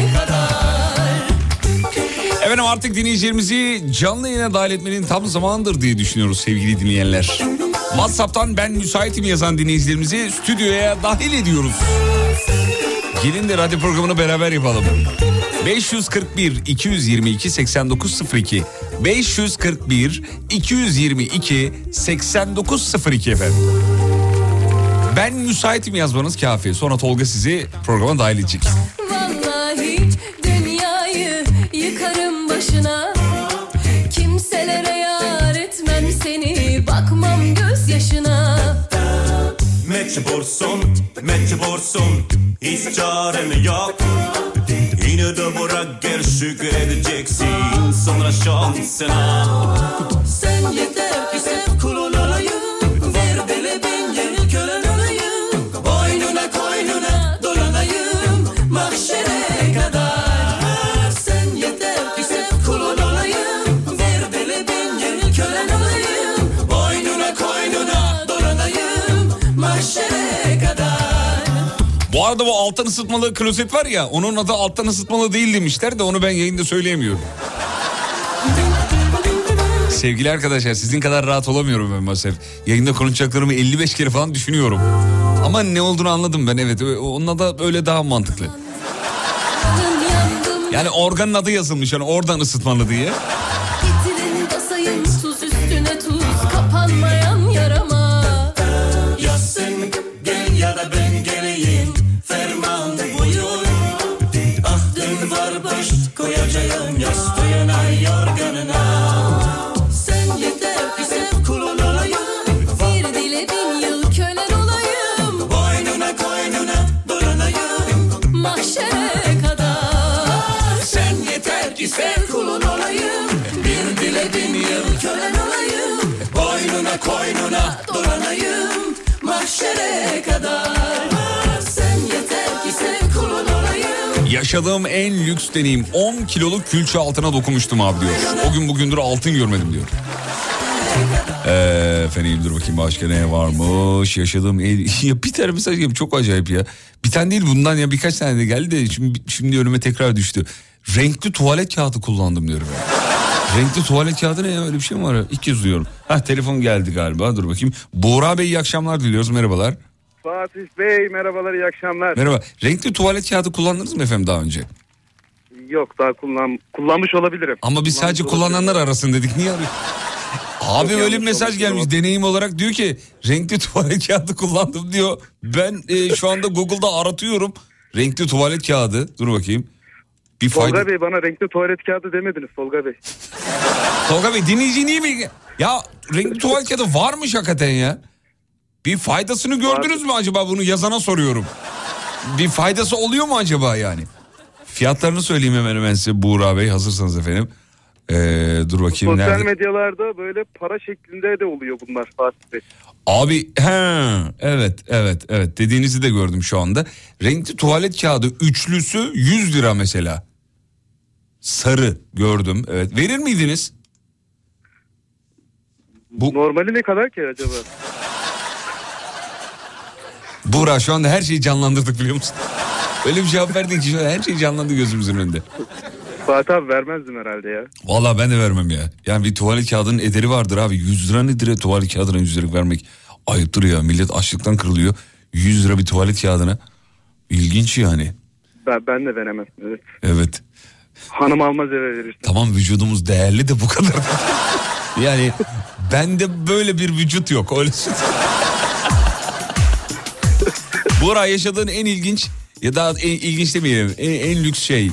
Efendim artık dinleyicilerimizi canlı yayına dahil etmenin tam zamanıdır diye düşünüyoruz sevgili dinleyenler. WhatsApp'tan ben müsaitim yazan dinleyicilerimizi stüdyoya dahil ediyoruz. Gelin de radyo programını beraber yapalım. 541 222 8902 541 222 8902 efendim. Ben müsaitim yazmanız kafi. Sonra Tolga sizi programa dahil edecek. Vallahi dünyayı yıkarım başına. Kimselere yar etmem seni, bakmam gözyaşına. Mecbursun, hiç çarem yok. Yine de bırak gel, şükredeceksin sonra şansına. Sen yeter ki sev, kulun olayım. Ver dele bin yıl kölen olayım. Boynuna koynuna dolanayım mahşere kadar. Sen yeter ki sev, kulun olayım. Ver dele bin yıl kölen olayım. Boynuna koynuna dolanayım mahşere kadar. Bu arada bu alttan ısıtmalı klozet var ya, onun adı alttan ısıtmalı değil demişler de onu ben yayında söyleyemiyorum. Sevgili arkadaşlar, sizin kadar rahat olamıyorum ben maalesef. Yayında konuşacaklarımı 55 kere falan düşünüyorum. Ama ne olduğunu anladım ben, evet. Onun adı öyle daha mantıklı. Yani organın adı yazılmış, yani oradan ısıtmalı diye. Getirin basayım tuz üstüne tuz, kapanmayan yarama. Ya sen gel ya da ben geleyim, ferman buyur. Ahdın var baş koyacağım yastığına, yorganına. Sen yeter ki sev, kulun olayım. Bir dile bin yıl kölen olayım. Boynuna koynuna dolanayım mahşere kadar. Sen yeter ki sev, kulun olayım. Bir dile bin yıl kölen olayım. Boynuna koynuna Dolanayım mahşere kadar. Sen yeter ki sev, kulun olayım. Yaşadığım en lüks deneyim, 10 kiloluk külçe altına dokunmuştum abi diyor. O gün bugündür altın görmedim diyor. Efendim dur bakayım başka ne varmış. Yaşadığım ya bir tane mesaj geldi, çok acayip ya. Bir tane değil bundan ya birkaç tane de geldi de şimdi önüme tekrar düştü. Renkli tuvalet kağıdı kullandım diyorum ya. Renkli tuvalet kağıdı ne ya, öyle bir şey mi var ya? İlk kez duyuyorum. Telefon geldi galiba, dur bakayım. Buğra Bey iyi akşamlar diliyoruz, merhabalar. Fatih Bey merhabalar, iyi akşamlar. Merhaba. Renkli tuvalet kağıdı kullandınız mı efendim daha önce? Yok, daha kullanmış olabilirim. Ama biz sadece kullananlar arasın dedik, niye arıyor? Abi öyle bir mesaj gelmiş deneyim olarak, diyor ki renkli tuvalet kağıdı kullandım diyor. Ben şu anda Google'da aratıyorum renkli tuvalet kağıdı. Dur bakayım. Tolga Bey, bana renkli tuvalet kağıdı demediniz Tolga Bey. Tolga Bey, dinleyici niye mi? Ya renkli tuvalet kağıdı varmış hakikaten ya. Bir faydasını gördünüz mü acaba, bunu yazana soruyorum. Bir faydası oluyor mu acaba yani? Fiyatlarını söyleyeyim hemen size Buğra Bey, hazırsanız efendim. Dur bakayım. Sosyal nerede? medyalarda böyle para şeklinde de oluyor bunlar Fatih Bey. Abi evet dediğinizi de gördüm şu anda. Renkli tuvalet kağıdı üçlüsü 100 lira mesela. Sarı gördüm, evet. Verir miydiniz? Normali ne kadar ki acaba? Buğra, şu anda her şeyi canlandırdık biliyor musun? Öyle bir cevap verdin ki her şey canlandı gözümüzün önünde. Fatih abi vermezdim herhalde ya. Vallahi ben de vermem ya. Yani bir tuvalet kağıdının ederi vardır abi. 100 lira nedir ya, tuvalet kağıdına 100 lira vermek? Ayıptır ya, millet açlıktan kırılıyor. 100 lira bir tuvalet kağıdına. İlginç yani. Ben de veremem, evet. Evet. Hanım almaz eve verirsin. Tamam, vücudumuz değerli de bu kadar. Yani bende böyle bir vücut yok. Öyle Buğra, yaşadığın en ilginç ya da en ilginç demeyelim, en lüks şey.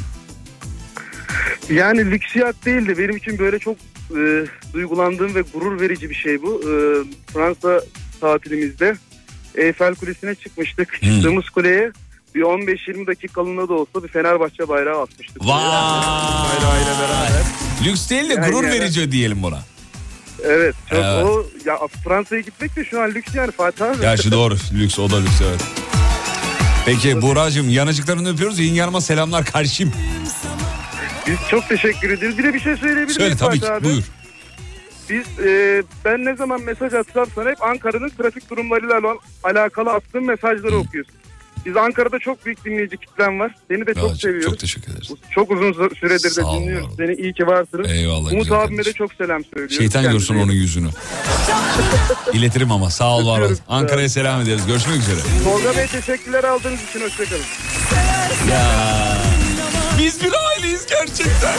Yani lüksiyat değildi. Benim için böyle çok duygulandığım ve gurur verici bir şey bu. Fransa tatilimizde Eyfel Kulesi'ne çıkmıştık. Çıktığımız kuleye bir 15-20 dakikalığına da olsa bir Fenerbahçe bayrağı atmıştık. Vay! Bayrağıyla beraber. Lüks değil de yani gurur verici diyelim buna. Evet. Çok evet. O ya, Fransa'ya gitmek de şu an lüks yani Fatih abi. Gerçi doğru, lüks, o da lüks, evet. Peki Buğra'cığım, yanacıklarını öpüyoruz. Yayın yanıma selamlar kardeşim. Biz çok teşekkür ederiz. Bir de bir şey söyleyebilir miyim Söyle tabii ki, buyur. Biz ben ne zaman mesaj atsam sana hep Ankara'nın trafik durumlarıyla alakalı attığım mesajları okuyorsun. Biz Ankara'da çok büyük dinleyici kitlen var. Seni de çok seviyoruz. Çok teşekkür ederiz. Çok uzun süredir de dinliyoruz. Seni iyi ki varsınız. Eyvallah. Umut abime de çok selam söylüyoruz. Şeytan görsün onun yüzünü. İletirim ama, sağ ol, var ol. Ankara'ya selam ederiz. Görüşmek üzere. Tolga Bey, teşekkürler aldığınız için, hoşçakalın. Ya biz bir aileyiz gerçekten.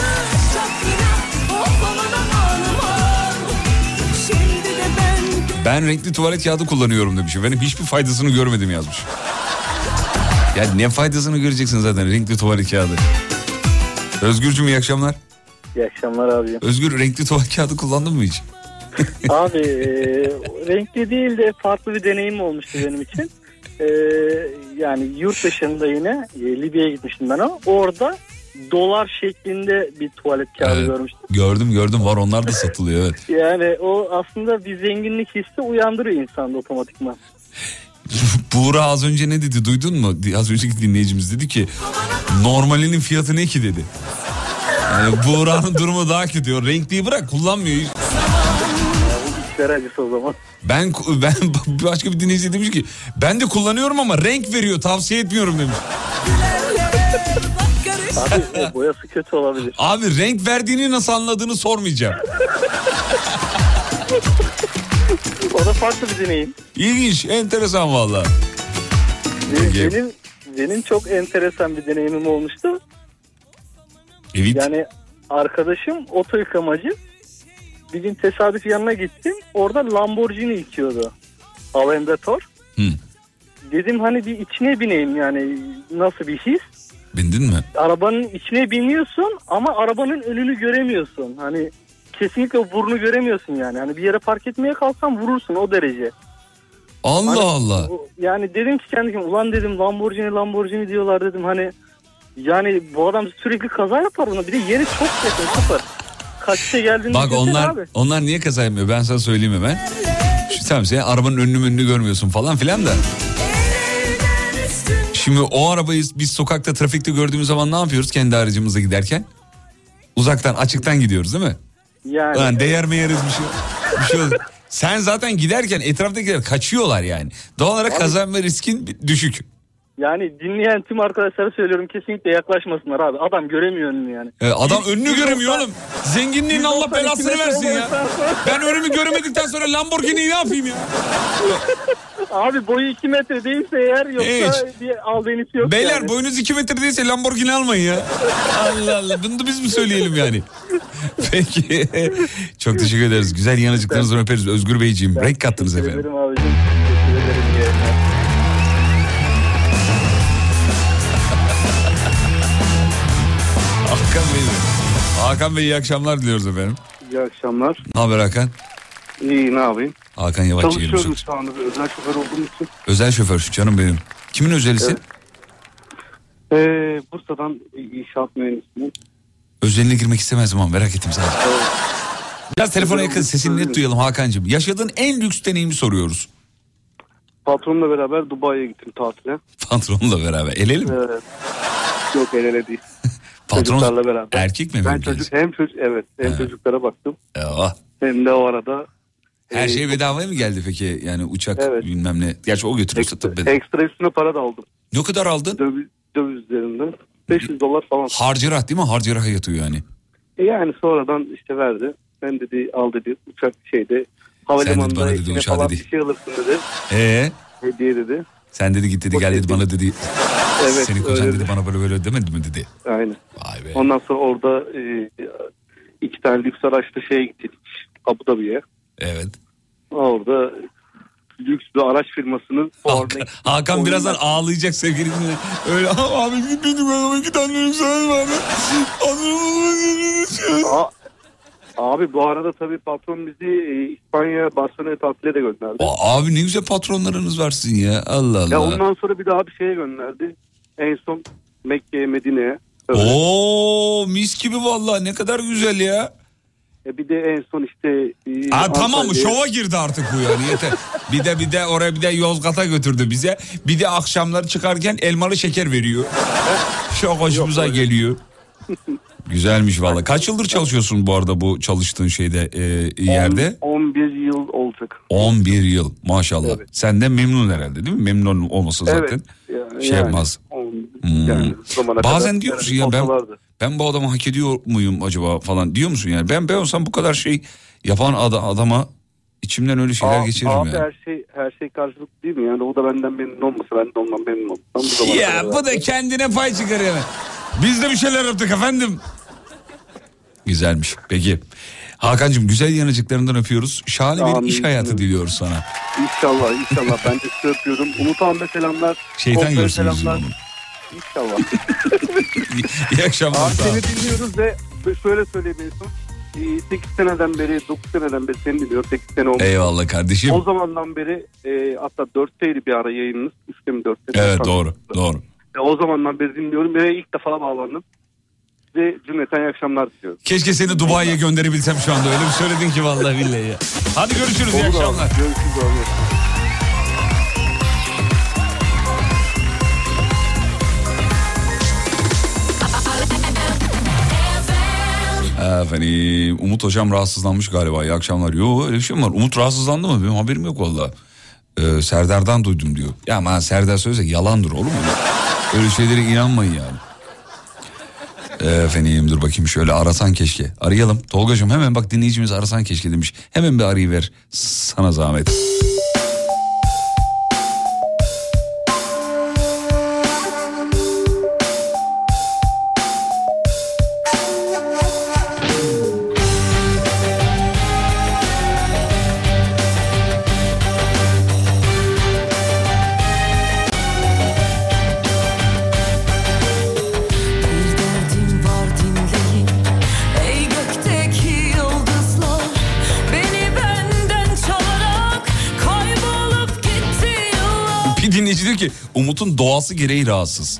Ben renkli tuvalet kağıdı kullanıyorum demiş. Benim hiçbir faydasını görmedim yazmış. Ya ne faydasını göreceksin zaten renkli tuvalet kağıdı. Özgürcüğüm, iyi akşamlar. İyi akşamlar abi. Özgür, renkli tuvalet kağıdı kullandın mı hiç? Abi renkli değil de farklı bir deneyim olmuştu benim için. Yani yurt dışında yine Libya'ya gitmiştim ben o. Orada dolar şeklinde bir tuvalet kağıdı görmüştüm. Gördüm, var, onlar da satılıyor, evet. Yani o aslında bir zenginlik hissi uyandırıyor insanda otomatikman. Buğra az önce ne dedi, duydun mu? Az önceki dinleyicimiz dedi ki normalinin fiyatı ne ki dedi. Yani Buğra'nın durumu daha kötü. Renkliyi bırak, kullanmıyor. İşler acısı o zaman. Ben başka bir dinleyici demiş ki ben de kullanıyorum ama renk veriyor, tavsiye etmiyorum demiş. Abi boyası kötü olabilir. Abi renk verdiğini nasıl anladığını sormayacağım. O da farklı bir deneyim. İlginç, enteresan valla. Benim çok enteresan bir deneyimim olmuştu. Evet. Yani arkadaşım oto yıkamacı. Bir gün tesadüf yanına gittim. Orada Lamborghini yıkıyordu. Aventador. Dedim hani bir içine bineyim, yani nasıl bir his. Bindin mi? Arabanın içine biniyorsun ama arabanın önünü göremiyorsun. Hani kesinlikle o burnu göremiyorsun yani. Hani bir yere park etmeye kalksan vurursun, o derece. Allah hani, Allah. Yani dedim ki kendime, ulan dedim Lamborghini diyorlar dedim, hani yani bu adam sürekli kaza yapar buna. Bir de yeri çok yakın, sıfır. Kaçta geldiğini bak onlar niye kaza yapmıyor, ben sana söyleyeyim hemen. Şu tamam, sen arabanın önünü görmüyorsun falan filan da. Şimdi o arabayı biz sokakta, trafikte gördüğümüz zaman ne yapıyoruz kendi aracımıza giderken? Uzaktan, açıktan gidiyoruz değil mi? Yani. Ulan değer mi yeriz bir şey olur. Sen zaten giderken etraftakiler kaçıyorlar yani. Doğal olarak kazanma riskin düşük. Yani dinleyen tüm arkadaşlara söylüyorum, kesinlikle yaklaşmasınlar abi. Adam göremiyor önünü yani. Adam önünü göremiyor oğlum. Zenginliğin Allah belasını versin ya. Ben önümü göremedikten sonra Lamborghini'yi ne yapayım ya? Abi boyu 2 metre değilse eğer, yoksa bir albenisi yok. Beyler yani. Boyunuz 2 metre değilse Lamborghini almayın ya. Allah Allah, bunu da biz mi söyleyelim yani? Peki. Çok teşekkür ederiz. Güzel yanıcıklarınızdan öperiz. Özgür Beyciğim. Renk kattınız efendim. Teşekkür ederim abicim. Teşekkür ederim. İyi yayınlar. Hakan Bey iyi akşamlar diliyoruz efendim. İyi akşamlar. Ne haber Hakan? İyi, ne yapayım? Hakan Yavaşçı Çalışıyoruz gelmiş. şu anda özel şoför olduğum için. Özel şoför canım benim. Kimin özelisin? Bursa'dan inşaat mühendisiyim. Özeline girmek istemezdim ama merak ettim sadece. Biraz telefona yakın, sesini net duyalım Hakan'cığım. Yaşadığın en lüks deneyimi soruyoruz. Patronla beraber Dubai'ye gittim tatile. Patronla beraber. El ele mi? Yok, el ele değil. Patron Çocuklarla beraber. erkek mi? Ben çocuk hem çocuklara baktım. Ya. Hem de o arada. Her şey bedavaya mı geldi peki? Yani uçak bilmem ne. Gerçi o götürürse tabii bedava. Ekstra üstüne para da aldım. Ne kadar aldın? Döviz üzerinden. $500 falan. Harcırah değil mi? Harcırah yatıyor yani. Yani sonradan işte verdi. Ben dedi al dedi uçak şeyde havalimanında içine falan bir şey alırsın dedi. Hediye dedi. Sen dedi git dedi gel dedi bana dedi. Evet, senin kocan dedi bana böyle demedi mi dedi. Aynen. Vay be. Ondan sonra orada 2 tane lüks araçta şeye gittik. Abu Dhabi'ye. Evet. Orada lüks bir araç firmasının Hakan birazdan ağlayacak sevgilim. Öyle abi gitmedim ben 2 tane lüks araç vardı. Abi bu arada tabii patron bizi İspanya Barcelona'ya tatile de gönderdi. Abi ne güzel patronlarınız var sizin ya. Allah Allah. Ya ondan sonra bir daha bir şeye gönderdi. En son Mekke'ye, Medine'ye. Oo mis gibi vallahi ne kadar güzel ya. Bir de en son işte... tamam mı şova girdi artık bu yani yeter. bir de oraya bir de Yozgat'a götürdü bize. Bir de akşamları çıkarken elmalı şeker veriyor. Çok hoşumuza geliyor. Güzelmiş vallahi. Kaç yıldır çalışıyorsun bu arada bu çalıştığın şeyde yerde? 11 yıl olacak. 11 yıl maşallah. Evet. Sen de memnun herhalde değil mi? Memnun olmasa zaten yapmaz. Yani, bazen diyor musun ya ben bu adamı hak ediyor muyum acaba falan diyor musun yani? Ben olsam bu kadar şey yapan adama içimden öyle şeyler geçiririm yani. Her şey karşılıklı değil mi? Yani o da benden memnun olmasa ben de ondan memnun olsam. Ya bu da kendine pay çıkarıyor. Biz de bir şeyler yaptık efendim. Güzelmiş. Peki. Hakan'cığım güzel yanıcıklarından öpüyoruz. Şahane bir iş hayatı diliyoruz sana. İnşallah. Ben de size öpüyorum. Umut Hanım'a selamlar. Şeytan görsün yüzünü onun. İnşallah. İyi akşamlar. Seni dinliyoruz ve şöyle söyleyeyim en son. 8 seneden beri 9 seneden beri seni dinliyorum. 8 sene olmuş. Eyvallah kardeşim. O zamandan beri hatta 4'teydi bir ara yayınınız. 3'te mi 4'te? Evet doğru. O zamandan beri dinliyorum ve ilk defa bağlandım. Ve cümleten iyi akşamlar diliyorum. Keşke seni Dubai'ye gönderebilsem şu anda. Öyle bir söyledin ki vallahi billahi ya. Hadi görüşürüz. İyi akşamlar. Görüşürüz abi. Efendim Umut hocam rahatsızlanmış galiba. İyi akşamlar. Yo öyle bir şey mi var? Umut rahatsızlandı mı? Benim haberim yok vallahi. Serdar'dan duydum diyor. Ya ama Serdar söylese yalandır oğlum. Öyle şeylere inanmayın yani. Efendim dur bakayım şöyle arasan keşke. Arayalım. Tolgacığım hemen bak dinleyicimiz arasan keşke demiş. Hemen bir arayıver sana zahmet. Umut'un doğası gereği rahatsız.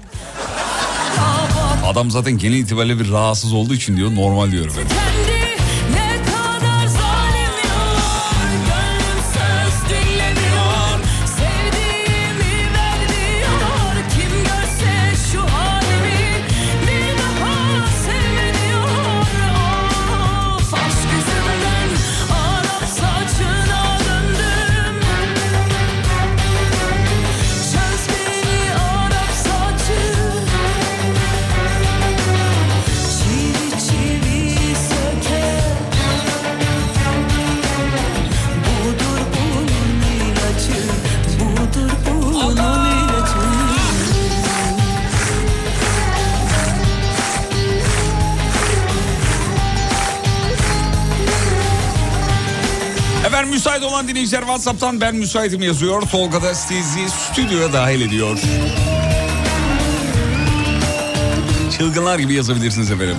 Adam zaten genel itibariyle bir rahatsız olduğu için diyor normal diyorum ben. Müsait olan dinleyiciler WhatsApp'tan ben müsaitim yazıyor. Tolga da sizi stüdyoya dahil ediyor. Çılgınlar gibi yazabilirsiniz efendim.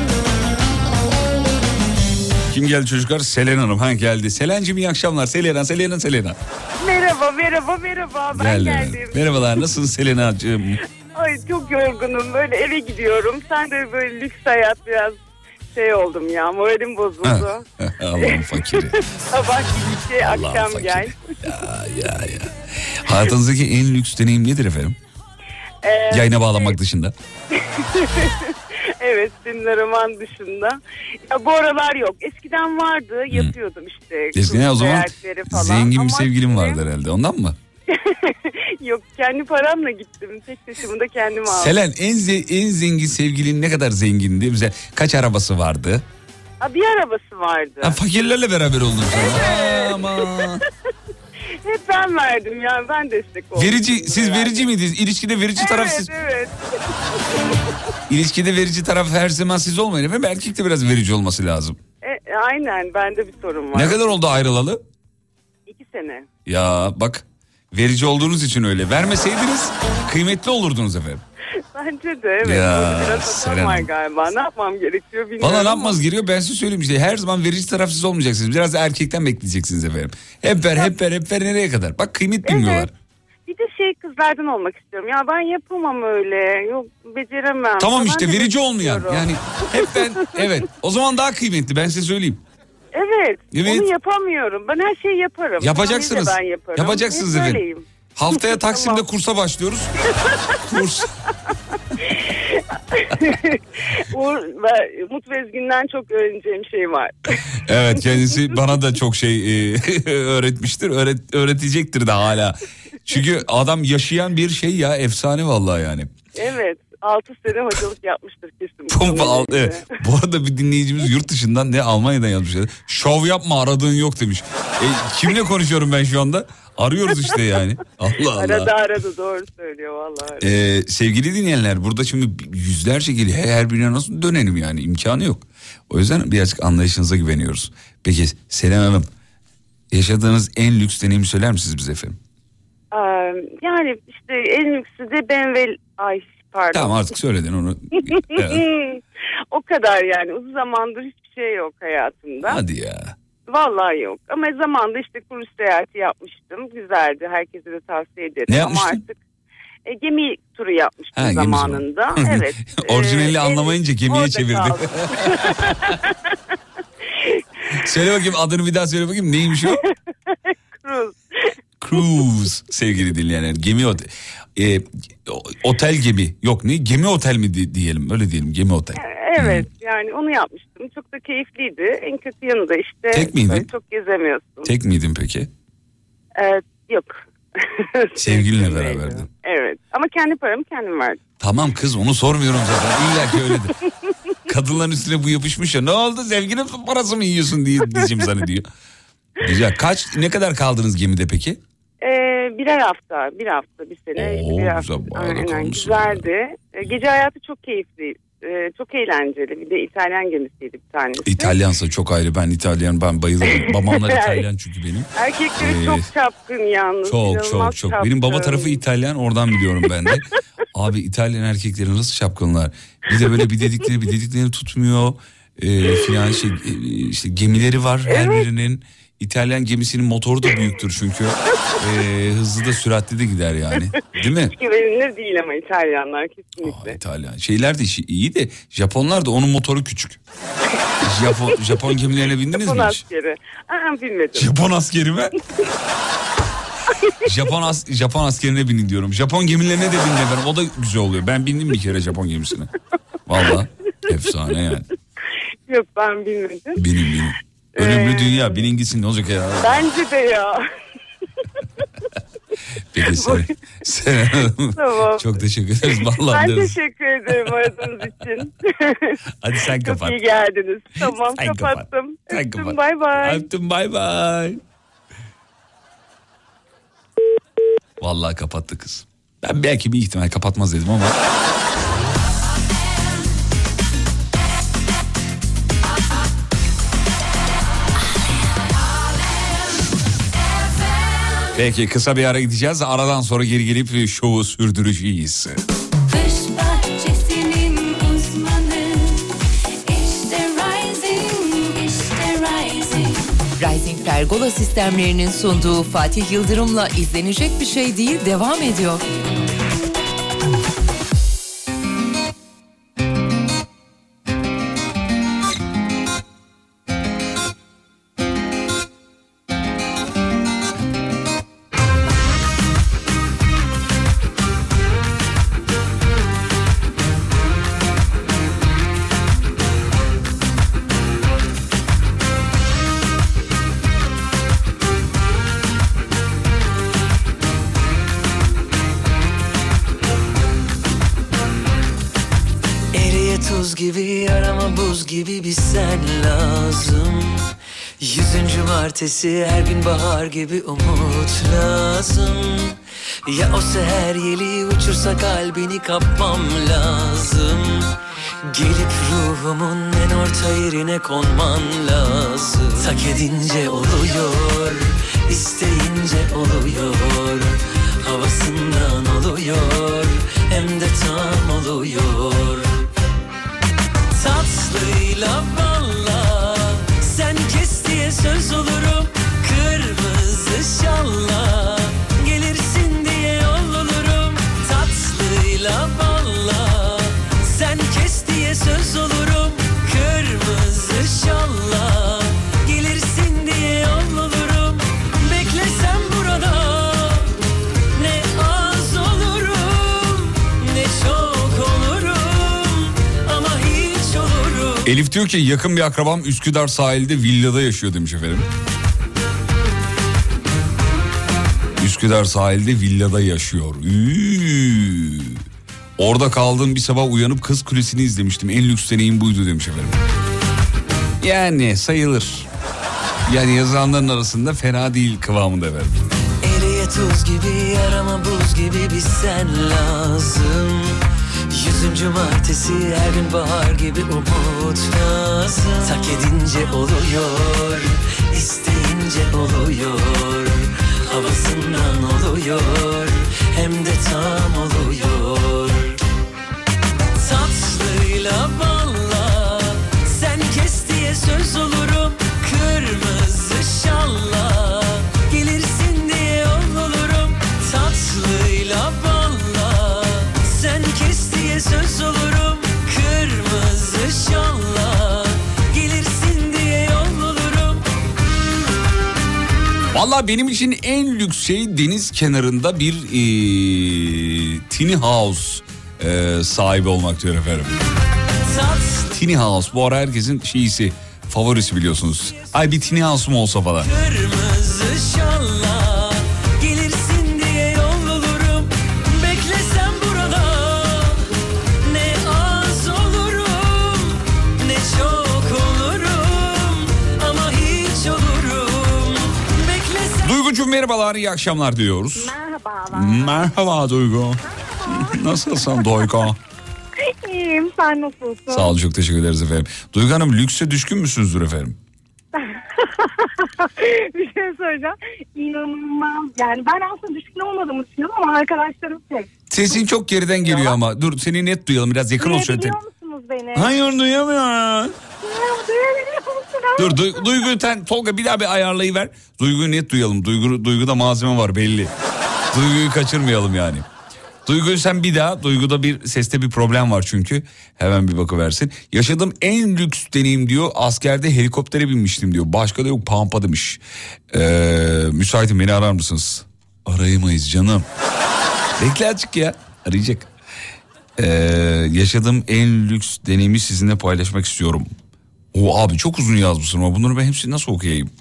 Kim geldi çocuklar? Selen Hanım. Ha geldi. Selen'cim iyi akşamlar. Selena. Merhaba. Ben geldim. Merhabalar. Nasılsın Selena'cığım? Ay çok yorgunum. Böyle eve gidiyorum. Sen de böyle lüks hayat biraz oldum ya. Moralim bozuldu. Allah'ım fakiri. Sabah gidişi, akşam fakiri. gel. Ya. Hayatınızdaki en lüks deneyim nedir efendim? Yayına bağlanmak dışında. Evet, senin araman dışında. Ya bu aralar yok. Eskiden vardı, yapıyordum işte. Eskiden o zaman falan. Zengin bir sevgilim vardı herhalde. Ondan mı? Yok, kendi paramla gittim. Tek taşımı da kendim aldım. Selen en zengin sevgilin ne kadar zengindi? Bize kaç arabası vardı? Bir arabası vardı. Fakirlerle beraber oldun sen. Evet. Aman. Hep ben verdim yani, ben destek oldum. Siz verici miydiniz? İlişkide verici taraf siz. Evet. İlişkide verici taraf her zaman siz olmayın efendim. Erkek de biraz verici olması lazım. Aynen, bende bir sorun var. Ne kadar oldu ayrılalı? 2 sene. Ya bak, verici olduğunuz için öyle. Vermeseydiniz kıymetli olurdunuz efendim. Bence de evet. Ya, biraz hatam var galiba. Ne yapmam gerekiyor bilmiyorum. Valla ne yapmaz gerekiyor, ben size söyleyeyim işte. Her zaman verici taraf siz olmayacaksınız. Biraz da erkekten bekleyeceksiniz efendim. Hep ver nereye kadar? Bak kıymet bilmiyorlar. Bir de kızlardan olmak istiyorum. Ya ben yapamam öyle. Yok, beceremem. Tamam Ben işte de verici olmayan. istiyorum. Yani hep ben evet. O zaman daha kıymetli, ben size söyleyeyim. Evet. Evet. Onu yapamıyorum. Ben her şeyi yaparım. Yapacaksınız. Ben yaparım. Yapacaksınız Hep efendim. öyleyim. Haftaya Taksim'de kursa başlıyoruz. Kurs. Umut Bezgin'den çok öğreneceğim şey var. Evet, kendisi bana da çok öğretmiştir. Öğretecektir de hala. Çünkü adam yaşayan bir ya, efsane vallahi yani. Evet. 6 sene hocalık yapmıştır kesin. Evet. Bu arada bir dinleyicimiz yurt dışından Almanya'dan yazmış. Şov yapma, aradığın yok demiş. Kimle konuşuyorum ben şu anda? Arıyoruz işte yani. Allah Allah. Aradı doğru söylüyor vallahi. Sevgili dinleyenler, burada şimdi yüzlerce geliyor. Her birine nasıl dönelim yani, imkanı yok. O yüzden birazcık anlayışınıza güveniyoruz. Peki Selen Hanım, yaşadığınız en lüks deneyimi söyler misiniz bize efendim? Yani işte en lüksü de pardon. Tamam, artık söyledin onu. Evet. O kadar yani, uzun zamandır hiçbir şey yok hayatımda. Hadi ya. Vallahi yok. Ama zamanında işte kruz seyahati yapmıştım. Güzeldi. Herkese de tavsiye ederim. Ne yapmıştın? Ama artık gemi turu yapmıştım zamanında. Evet. Orijinali anlamayınca gemiye çevirdi. Söyle bakayım, adını bir daha söyle bakayım. Neymiş o? Cruise sevgili dinleyenler. Gemi otel gemi. Yok ne? Gemi otel mi diyelim? Öyle diyelim, gemi otel. Evet yani onu yapmıştım. Çok da keyifliydi. En kötü yanı da işte. Tek miydin? Çok gezemiyorsun. Tek miydin peki? Yok. Sevgilinle beraberdin. Evet. Ama kendi paramı kendim verdim. Tamam kız, onu sormuyorum zaten. İlla ki öyledir. Kadınların üstüne bu yapışmış ya. Ne oldu, sevgilinin parası mı yiyorsun diyeceğim zannediyor. Güzel. Ne kadar kaldınız gemide peki? Bir hafta, bir sene. Oo, bir güzel. hafta. Aynen, güzeldi. Gece hayatı çok keyifli. Çok eğlenceli. Bir de İtalyan gemisiydi bir tanesi. İtalyansa çok ayrı. Ben bayılırım. Babamlar İtalyan çünkü benim. Erkekleri çok çapkın yalnız. Çok. Çapkın. Benim baba tarafı İtalyan, oradan biliyorum ben de. Abi İtalyan erkekleri nasıl çapkınlar. Bir de böyle bir dediklerini tutmuyor. Filan işte gemileri var her birinin. İtalyan gemisinin motoru da büyüktür çünkü. Hızlı da süratli de gider yani. Değil mi? Güvenilir değil ama İtalyanlar kesinlikle. İtalyan. Şeyler de iyi de Japonlar da, onun motoru küçük. Japon gemilerine bindiniz mi hiç? Japon askeri. Bilmedim. Japon askeri mi? Japon askerine binin diyorum. Japon gemilerine de bin efendim. O da güzel oluyor. Ben bindim bir kere Japon gemisine. Vallahi efsane yani. Yok, ben bilmedim. Binin. Ölümlü dünya, binin gitsin, ne olacak ya? Bence de ya. Peki Selen Hanım. Tamam. Çok teşekkür ederiz. Vallahi ben teşekkür ederim aradığınız için. Hadi sen kapat. Çok iyi geldiniz. Tamam, sen kapattım. Öptüm, bay bay. Öptüm, bay bay. Vallahi kapattı kız. Ben belki bir ihtimal kapatmaz dedim ama. Peki kısa bir ara gideceğiz. Aradan sonra geri gelip şovu sürdüreceğiz. Kış bahçesinin uzmanı, işte Rising, işte Rising. Rising Pergola sistemlerinin sunduğu Fatih Yıldırım'la izlenecek bir şey değil devam ediyor. gibi yarama buz gibi bir sen lazım. 100. martesi her gün bahar gibi umut lazım. Ya o seher yeli uçursa kalbini kapmam lazım. Gelip ruhumun en orta yerine konman lazım. Tak edince oluyor, isteyince oluyor. Havasından oluyor, hem de tam oluyor. Tatlıyla balla sen kes diye söz olurum. Kırmızı şalla gelirsin diye yol olurum. Tatlıyla balla sen kes diye söz olurum. Kırmızı şalla gelirsin diye yol olurum. Beklesem burada ne az olurum ne çok olurum ama hiç olurum. Elif diyor ki yakın bir akrabam Üsküdar sahilde villada yaşıyor demiş efendim. Üsküdar sahilde villada yaşıyor. Orada kaldığım bir sabah uyanıp Kız Kulesi'ni izlemiştim. En lüks deneyim buydu demiş efendim. Yani sayılır. Yani yazılanların arasında fena değil kıvamında efendim. Eriye tuz gibi yarama buz gibi bir sen lazım. 100. martesi her gün bahar gibi umut lazım. Tak edince oluyor, isteyince oluyor. Havasından oluyor, hem de tam oluyor. Tatlıyla balla sen kes diye söz olurum. Kırmızı şalla gelirsin diye yol olurum. Tatlıyla balla sen kes diye söz olurum. Kırmızı şalla gelirsin diye yol olurum. Vallahi benim için en lüks şey deniz kenarında bir tiny house sahibi olmak diyor efendim. Tiny house bu ara herkesin şeyisi, favorisi biliyorsunuz. Ay bir tiny house'um olsa falan. Kırmızı şalla gelirsin diye yol olurum. Beklesem burada ne az olurum ne çok olurum ama hiç olurum. Beklesem... Duygucuğum merhabalar, iyi akşamlar diyoruz. Merhabalar. Merhaba Duygu. Nasılsın Duygu? İyiyim, sen nasılsın? Sağ olun, çok teşekkür ederiz efendim. Duygu Hanım lükse düşkün müsünüzdür efendim? Bir şey söyleyeceğim. İnanılmaz. Yani ben aslında düşkün olmadığımı düşünüyorum ama arkadaşlarım pek. Sesin çok geriden geliyor ama. Dur seni net duyalım, biraz yakın ol şöyle. Duyabiliyor musunuz beni? Hayır duyamıyorum. Duyabiliyor musunuz? Dur Duygu'yu sen Tolga bir daha bir ayarlayıver. Duygu'yu net duyalım. Duygu'da malzeme var belli. Duygu'yu kaçırmayalım yani. Duygu'yu sen bir daha, Duygu'da bir seste bir problem var çünkü. Hemen bir bakıversin. Yaşadığım en lüks deneyim diyor. Askerde helikoptere binmiştim diyor. Başka da yok, pampa demiş. Müsaitim, beni arar mısınız? Arayamayız canım. Bekle azıcık ya. Arayacak. Yaşadığım en lüks deneyimi sizinle paylaşmak istiyorum. O abi çok uzun yazmışsın ama bunları ben hepsini nasıl okuyayım?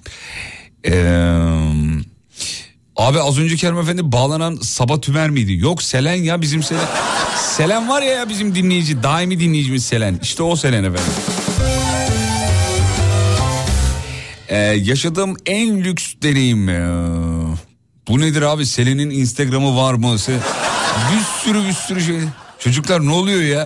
Abi az önceki hanımefendi bağlanan Sabah Tümer miydi? Yok Selen ya, bizim Selen. Selen var ya bizim dinleyici, daimi dinleyicimiz Selen. İşte o Selen efendim. Yaşadığım en lüks deneyim. Bu nedir abi? Selen'in Instagram'ı var mı? Bir sürü şey. Çocuklar ne oluyor ya?